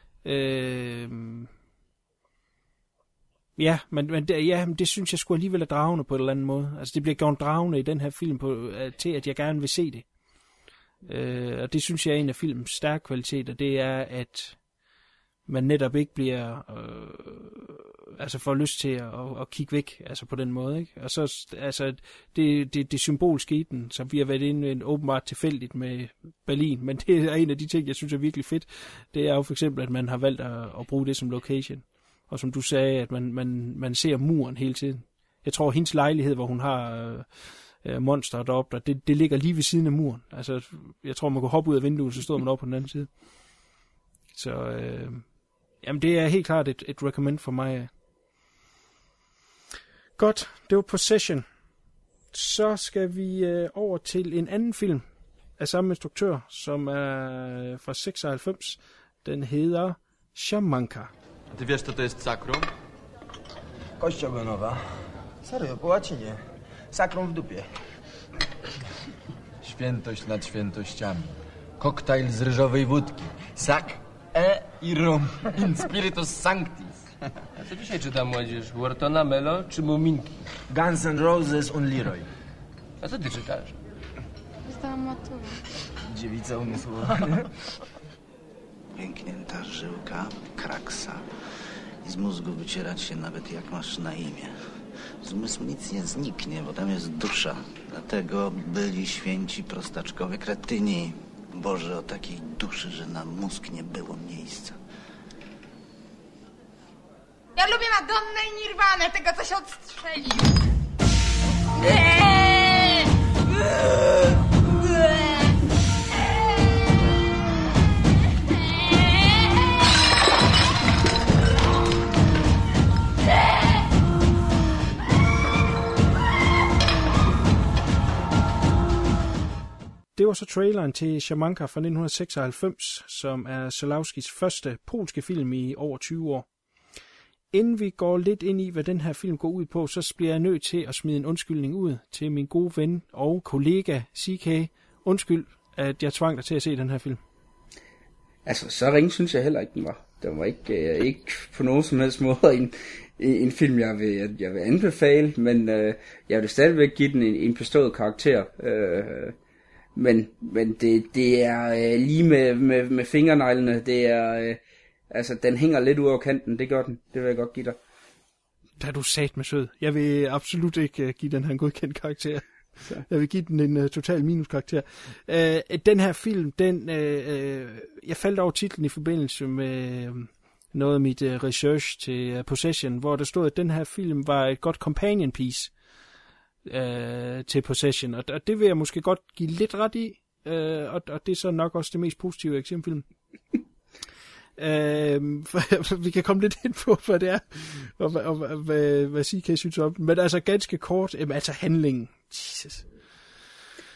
Ja, men det synes jeg sgu alligevel er dragende på en eller anden måde. Altså, det bliver gjort dragende i den her film til, at jeg gerne vil se det. Og det synes jeg er en af filmens stærke kvaliteter. Det er, at man netop ikke bliver får lyst til at kigge væk, altså på den måde, ikke? Og så altså det symbolske i den, som vi har været inde en åbenbart tilfældigt med Berlin, men det er en af de ting, jeg synes er virkelig fedt. Det er jo for eksempel, at man har valgt at bruge det som location. Og som du sagde, at man ser muren hele tiden. Jeg tror, hendes lejlighed, hvor hun har monsteret deroppe, det ligger lige ved siden af muren. Altså, jeg tror, man kunne hoppe ud af vinduet, så stod man op på den anden side. Så jamen, det er helt klart et recommend for mig. Godt, det var Possession. Så skal vi over til en anden film af samme instruktør, som er fra 96. Den hedder Shamanka. Ty wiesz, co to jest sakrum? Kość ogonowa. Serio, po łacinie. Sakrum w dupie. Świętość nad świętościami. Koktajl z ryżowej wódki. Sak i rum. In spiritus sanctis. A co dzisiaj czyta młodzież? Whartona, Melo czy Muminki? Guns N' Roses und Leroy. A co ty czytasz? Zdałam maturę. Dziewica umysłowa. Pęknięta żyłka, kraksa i z mózgu wycierać się nawet jak masz na imię. Z umysłu nic nie zniknie, bo tam jest dusza. Dlatego byli święci prostaczkowie kretyni. Boże, o takiej duszy, że na mózg nie było miejsca. Ja lubię Madonnę i Nirwanę, tego co się odstrzelił. Det var så traileren til Shamanka fra 1996, som er Solowskis første polske film i over 20 år. Inden vi går lidt ind i, hvad den her film går ud på, så bliver jeg nødt til at smide en undskyldning ud til min gode ven og kollega CK. Undskyld, at jeg tvang dig til at se den her film. Altså, så ringe synes jeg heller ikke, den var. Den var ikke på nogen som helst måde en film, jeg vil anbefale, men jeg vil stadigvæk give den en bestået karakter. Men det er lige med fingerneglene, det er altså den hænger lidt ud over kanten, det gør den. Det vil jeg godt give dig. Der er du sat med sød. Jeg vil absolut ikke give den her en godkendt karakter. Så. Jeg vil give den en total minuskarakter. Den her film, jeg faldt over titlen i forbindelse med noget af mit research til Possession, hvor der stod, at den her film var et godt companion piece til Possession, og det vil jeg måske godt give lidt ret i, og det er så nok også det mest positive eksempel. Vi kan komme lidt ind på, hvad det er, og hvad CK synes om, men altså ganske kort, altså handlingen, Jesus.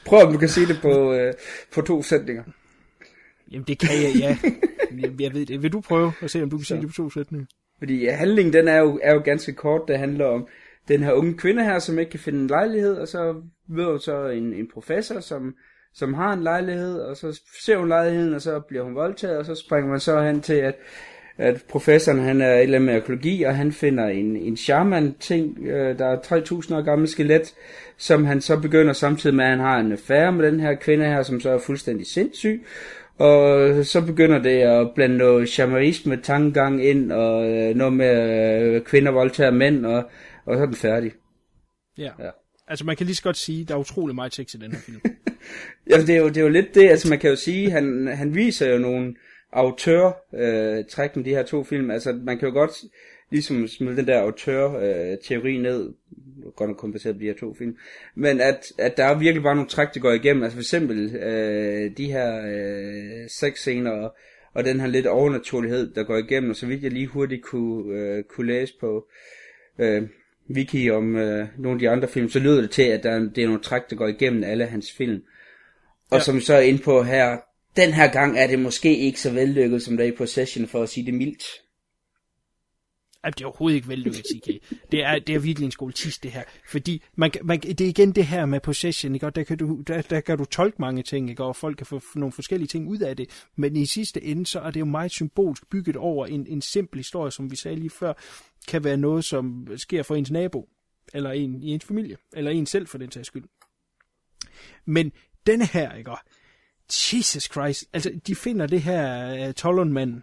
Prøv om du kan sige det på 2 sætninger. Jamen det kan jeg, ja. Jeg ved det. Vil du prøve at se, om du kan sige det på 2 sætninger? Fordi handlingen, den er jo ganske kort. Det handler om den her unge kvinde her, som ikke kan finde en lejlighed, og så møder hun så en professor, som har en lejlighed, og så ser hun lejligheden, og så bliver hun voldtaget, og så springer man så hen til, at professoren, han er et eller andet med økologi, og han finder en shaman-ting, der er 3.000 år gammel skelet, som han så begynder samtidig med, at han har en affære med den her kvinde her, som så er fuldstændig sindssyg. Og så begynder det at blande noget shamanisme tankegang ind, og noget med kvinder voldtager mænd, og så er den færdig. Ja. Altså man kan lige så godt sige, at der er utrolig meget sex i den her film. Ja, det er jo lidt det, altså man kan jo sige, han viser jo nogle autør-træk med de her 2 film. Altså man kan jo godt ligesom smide den der autør-teori ned, godt nok kompenseret på de her 2 film, men at der er virkelig bare nogle træk, der går igennem. Altså for eksempel de her sexscener og den her lidt overnaturlighed, der går igennem, og så vidt jeg lige hurtigt kunne læse på wiki om nogle af de andre film, så lyder det til, at det er nogle træk, der går igennem alle hans film. Og som så er inde på her, den her gang er det måske ikke så vellykket, som der er i Possession, for at sige det mildt. Det er overhovedet ikke vellykket, CK. Det er virkelig en skoletist, det her. Fordi det er igen det her med Possession, ikke? Og der kan du tolke mange ting, ikke? Og folk kan få nogle forskellige ting ud af det. Men i sidste ende, så er det jo meget symbolsk bygget over en simpel historie, som vi sagde lige før, kan være noget, som sker for ens nabo, eller en i ens familie, eller en selv for den sags skyld. Men denne her, ikke? Jesus Christ, altså de finder det her Tollundmanden,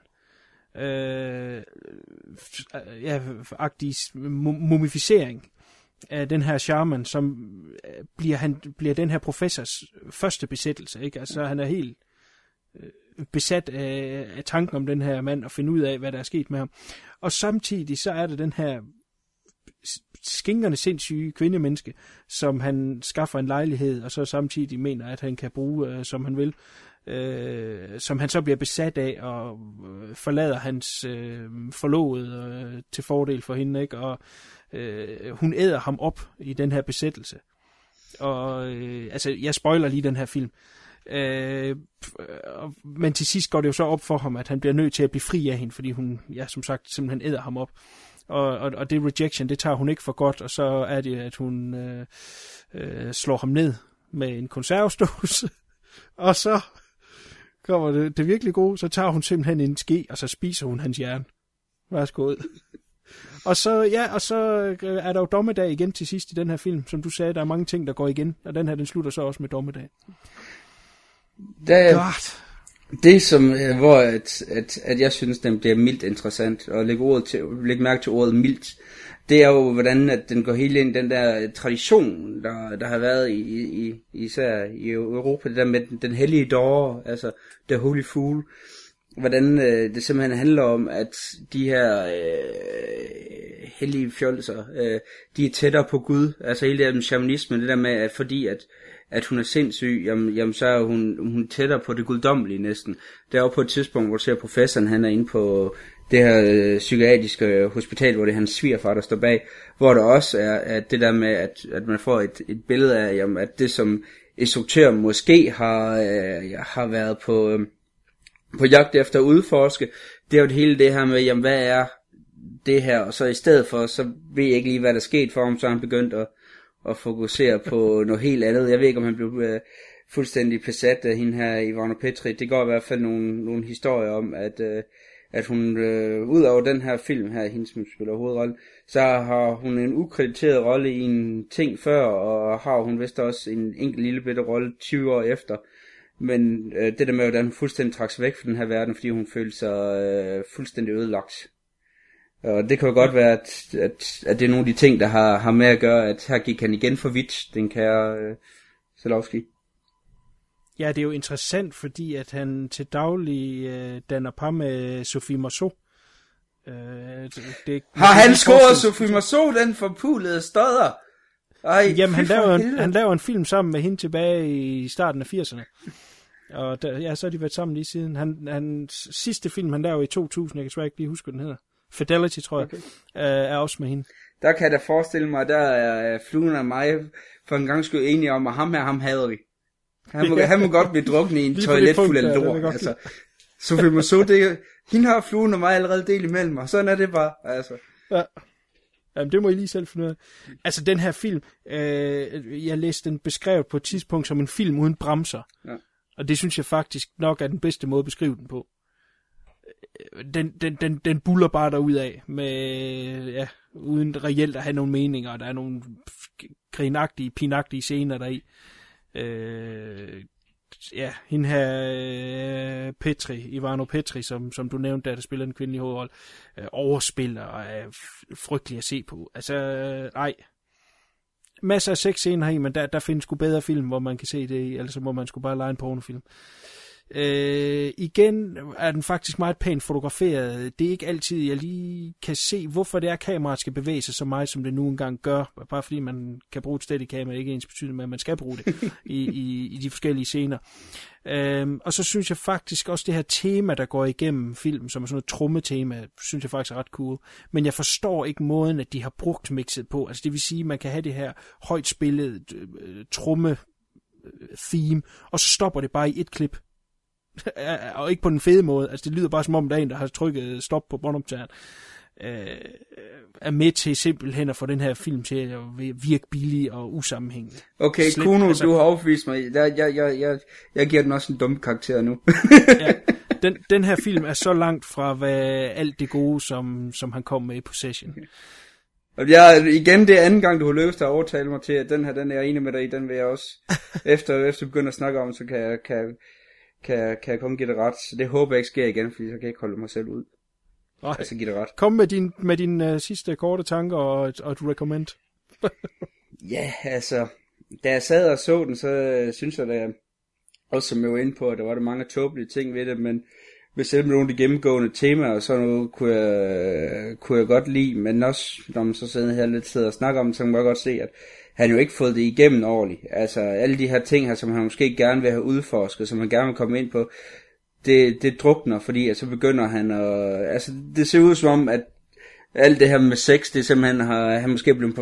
agtig mumificering af den her shaman, som bliver den her professors første besættelse, ikke? Altså han er helt besat af tanken om den her mand og finde ud af, hvad der er sket med ham. Og samtidig så er det den her skinkerne sindssyge kvindemenneske, som han skaffer en lejlighed, og så samtidig mener, at han kan bruge, som han vil, som han så bliver besat af, og forlader hans forlovede til fordel for hende, ikke? Og hun æder ham op i den her besættelse. Og altså, jeg spoiler lige den her film. Men til sidst går det jo så op for ham, at han bliver nødt til at blive fri af hende, fordi hun, som sagt, simpelthen æder ham op. Og det rejection, det tager hun ikke for godt, og så er det, at hun slår ham ned med en konservesdåse, og så kommer det virkelig gode, så tager hun simpelthen en ske, og så spiser hun hans hjerne. Værsgo ud. Og så er der jo dommedag igen til sidst i den her film. Som du sagde, der er mange ting, der går igen, og den her, den slutter så også med dommedag. Det som, hvor at jeg synes, den bliver mildt interessant, og lægge mærke til ordet mildt, det er jo, hvordan at den går helt ind i den der tradition, der har været især i Europa, det der med den hellige dåre, altså the holy fool, hvordan det simpelthen handler om, at de her hellige fjolser, de er tættere på Gud, altså hele det med shamanismen, det der med, at fordi at hun er sindssyg, jamen så er hun tættere på det guddommelige næsten. Det er jo på et tidspunkt, hvor du ser professoren, han er inde på det her psykiatriske hospital, hvor det er hans svigerfar, der står bag, hvor der også er det der med, at man får et billede af, jamen, at det som instruktør måske har været på jagt efter at udforske, det er jo det hele det her med, jamen hvad er det her, og så i stedet for, så ved jeg ikke lige, hvad der skete for ham, så han begyndt at fokusere på noget helt andet. Jeg ved ikke, om han blev fuldstændig besat af hende her, Ivana Petri. Det går i hvert fald nogle historier om, at hun, ud over den her film her, hende som spiller hovedrollen, så har hun en ukrediteret rolle i en ting før, og har hun vist også en enkelt lille bitte rolle 20 år efter. Men det der med, hvordan hun fuldstændig trak sig væk fra den her verden, fordi hun følte sig fuldstændig ødelagt. Og det kan jo godt være, at det er nogle af de ting, der har med at gøre, at her gik han igen for vidt, den kære Sadowski. Ja, det er jo interessant, fordi at han til daglig danner par med Sophie Marceau. Har han scoret Sophie Marceau, den forpulede stodder? Jamen, han laver en film sammen med hende tilbage i starten af 80'erne. Og så har de været sammen lige siden. Hans sidste film, han lavede i 2000, jeg kan svært ikke lige huske, hvad den hedder. Fidelity, tror jeg, er også med hende. Der kan jeg da forestille mig, der er Fluen og mig for en gang skyld enige om, at ham hader vi. Han må godt blive druknet i en toilet fuld af lort. Altså, Sophie Marceau, hende har fluen og mig allerede del imellem mig. Sådan er det bare. Altså. Ja. Jamen, det må I lige selv finde ud af. Altså, den her film, jeg læste den beskrevet på et tidspunkt som en film uden bremser. Ja. Og det synes jeg faktisk nok er den bedste måde at beskrive den på. Den buller bare derudad, med, uden reelt at have nogle meninger, og der er nogle grinagtige, pinagtige scener deri. Hende her Ivano Petri, som du nævnte, der spiller den kvindelige hovedrolle, overspiller og er frygtelig at se på. Altså, nej. Masser af sexscener her, men der findes sgu bedre film, hvor man kan se det i, ellers må man sgu bare lege en pornofilm. Igen er den faktisk meget pænt fotograferet. Det er ikke altid, jeg lige kan se, hvorfor det er, kameraet skal bevæge sig så meget, som det nu engang gør. Bare fordi man kan bruge et steady kamera, ikke ens betydende med, at man skal bruge det i de forskellige scener. Og så synes jeg faktisk også, det her tema, der går igennem filmen, som er sådan noget trommetema, synes jeg faktisk er ret cool. Men jeg forstår ikke måden, at de har brugt mixet på. Altså det vil sige, at man kan have det her højt spillede tromme-theme, og så stopper det bare i et klip. Og ikke på den fede måde. Altså det lyder bare som om der er en, der har trykket stop på båndoptageren, er med til simpelthen at få den her film til at virke billig og usammenhængende. Okay, Kuno, altså, du har overbevist mig. Jeg giver den også en dum karakter nu. den her film er så langt fra alt det gode, som han kom med i Possession. Og igen, det er anden gang, du har lykkes at overtale mig til, at den her, den er jeg enig med dig i, den vil jeg også, efter begynde at snakke om, så kan jeg kun give det ret. Så det håber jeg ikke sker igen, fordi så kan jeg ikke holde mig selv ud. Nej. Altså give det ret. Kom med din sidste korte tanker og et recommend. Ja, altså, da jeg sad og så den, så synes jeg da også, som jeg var inde på, at der var der mange tåbelige ting ved det, men hvis selv med nogle af de gennemgående temaer og sådan noget, kunne jeg godt lide, men også, når man så sidder her lidt og snakker om det, så kan man godt se, at han jo ikke fået det igennem ordentligt. Altså, alle de her ting her, som han måske gerne vil have udforsket, som han gerne vil komme ind på, det drukner, fordi at så begynder han at... Altså, det ser ud som om, at alt det her med sex, det simpelthen han måske blevet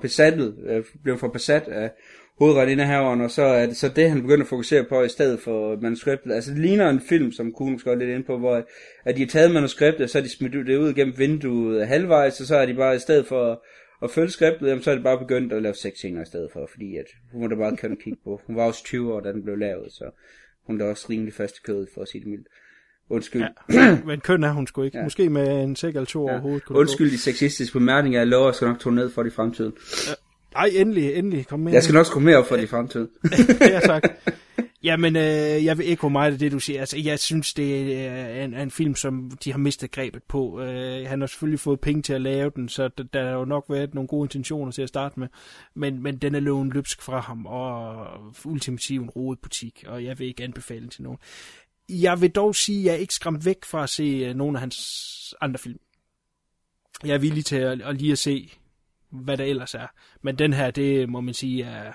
for besat af hovedretindehaveren, og så er det så det, han begynder at fokusere på i stedet for manuskriptet. Altså, det ligner en film, som Kuhn skal lidt ind på, hvor at de har taget manuskriptet, så er de smidt det ud gennem vinduet halvvejs, og så er de bare i stedet for at følge skriptet, jamen, så er det bare begyndt at lave sexscener i stedet for, fordi at hun var da bare køn kigge på. Hun var også 20 år, da den blev lavet, så hun er også rimelig fast i kødet, for at sige det mildt. Undskyld. Ja, men køn er hun sgu ikke. Ja. Måske med en sæk eller to over hovedet. Undskyld de sexistiske bemærkninger, jeg lover, jeg skal nok tog ned for det i fremtiden. Ej, endelig, kom med. Jeg skal nok skrue mere op for det i fremtiden. Ja, tak. Jamen, jeg vil ikke meget af det, du siger. Altså, jeg synes, det er en film, som de har mistet grebet på. Han har selvfølgelig fået penge til at lave den, så der har jo nok været nogle gode intentioner til at starte med. Men den er løbet løbsk fra ham, og ultimativt en rodet butik, og jeg vil ikke anbefale den til nogen. Jeg vil dog sige, at jeg er ikke skræmt væk fra at se nogle af hans andre film. Jeg er villig til at lige at se, hvad der ellers er. Men den her, det må man sige, er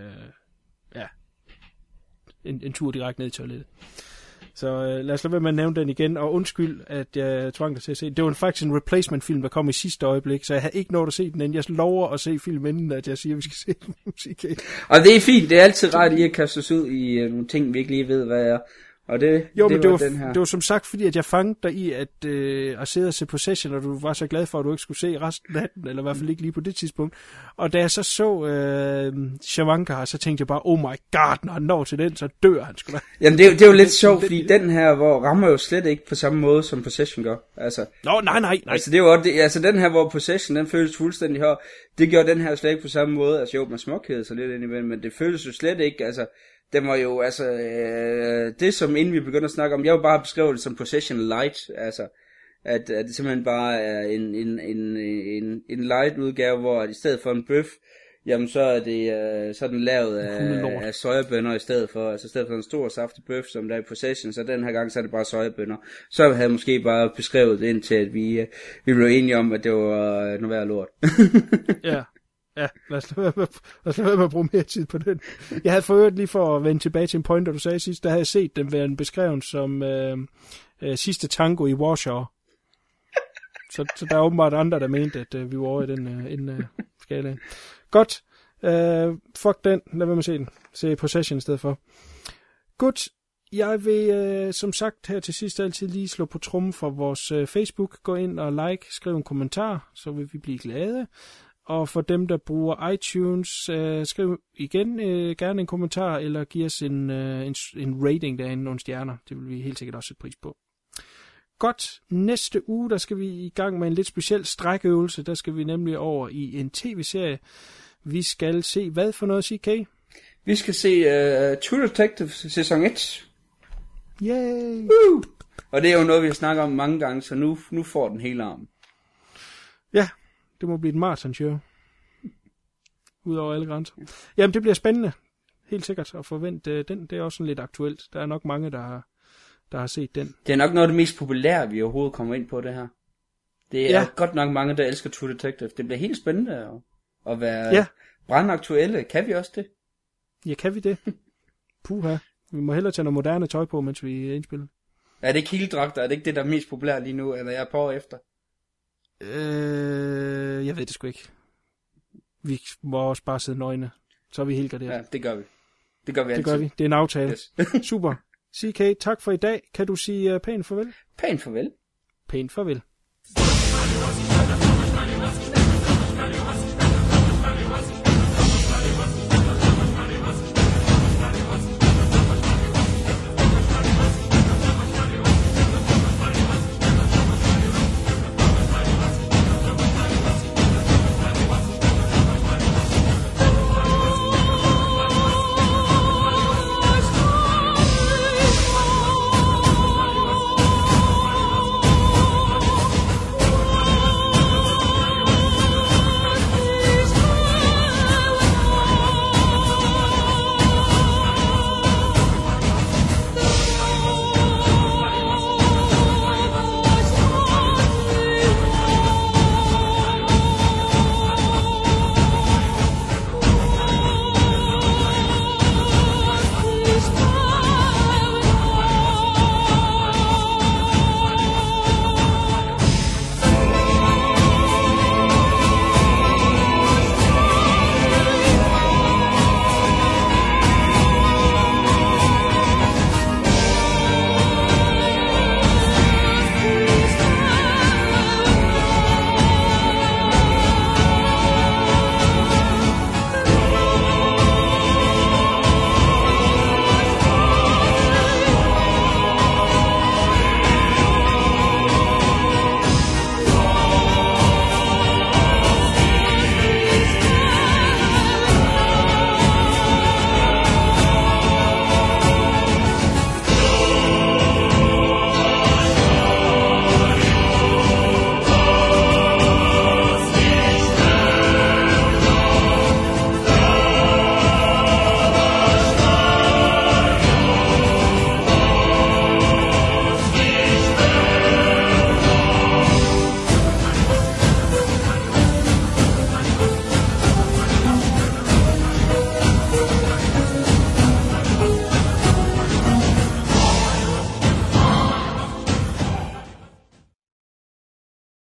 en tur direkte ned i toilettet. Så lad os lade være med at nævne den igen, og undskyld, at jeg tvang dig til at se. Det var faktisk en replacement-film, der kom i sidste øjeblik, så jeg havde ikke nået at se den inden. Jeg lover at se filmen, inden at jeg siger, at vi skal se den musik. Og det er fint, det er altid rart i at kaste os ud i nogle ting, vi ikke lige ved, hvad er. Og det var som sagt, fordi at jeg fangede dig i at sidde og se Possession, og du var så glad for, at du ikke skulle se resten af den, eller i hvert fald ikke lige på det tidspunkt. Og da jeg så Shawankar, så tænkte jeg bare, oh my god, når han når til den, så dør han sgu da. Jamen det er jo lidt sjovt, fordi den her rammer jo slet ikke på samme måde, som Possession gør. Altså, nej. Altså, det er jo altså den her, hvor Possession, den føles fuldstændig hård. Det gjorde den her slet ikke på samme måde. Altså jo, man småkædede sig lidt indimellem, men det føles jo slet ikke, altså... Det var jo, altså, det som inden vi begynder at snakke om, jeg vil bare beskrive det som Possession Light, altså, at det simpelthen bare er en light udgave, hvor i stedet for en bøf, jamen så er den lavet af sojabønner i stedet for, altså i stedet for en stor saftig bøf, som der er i Possession, så den her gang, så er det bare sojabønner. Så havde jeg måske bare beskrevet det indtil, at vi blev enige om, at det var noget værd lort. Ja, lad os lade være med at bruge mere tid på den. Jeg havde forøvet lige for at vende tilbage til en pointer, du sagde sidst, der havde jeg set den være beskrevet som sidste tango i Warsaw. Så der er åbenbart andre, der mente, at vi var over i den skala. Godt. Fuck den. Lad være med at se den. Se Possession i stedet for. Godt. Jeg vil som sagt her til sidst altid lige slå på trommen for vores Facebook. Gå ind og like, skriv en kommentar, så vil vi blive glade. Og for dem, der bruger iTunes, skriv igen gerne en kommentar, eller giv os en rating derinde, nogle stjerner. Det vil vi helt sikkert også sætte pris på. Godt. Næste uge, der skal vi i gang med en lidt speciel strækøvelse. Der skal vi nemlig over i en tv-serie. Vi skal se hvad for noget, CK? Vi skal se True Detective sæson 1. Yay! Og det er jo noget, vi har snakket om mange gange, så nu får den hele arm. Ja, det må blive et marathon-show. Udover alle grænser. Jamen, det bliver spændende. Helt sikkert at forvente den. Det er også sådan lidt aktuelt. Der er nok mange, der har set den. Det er nok noget af det mest populære, vi overhovedet kommer ind på det her. Det er godt nok mange, der elsker True Detective. Det bliver helt spændende at være brandaktuelle. Kan vi også det? Ja, kan vi det? Puha. Vi må hellere tage noget moderne tøj på, mens vi indspiller. Er det ikke heldragter? Er det ikke det, der er mest populært lige nu? Eller jeg er på efter? Jeg ved det sgu ikke. Vi må også bare sidde nøgne. Så er vi helt graderet. Ja, det gør vi. Det gør vi altid. Det gør vi. Det er en aftale. Yes. Super. CK, tak for i dag. Kan du sige pænt farvel? Pænt farvel. Pænt farvel.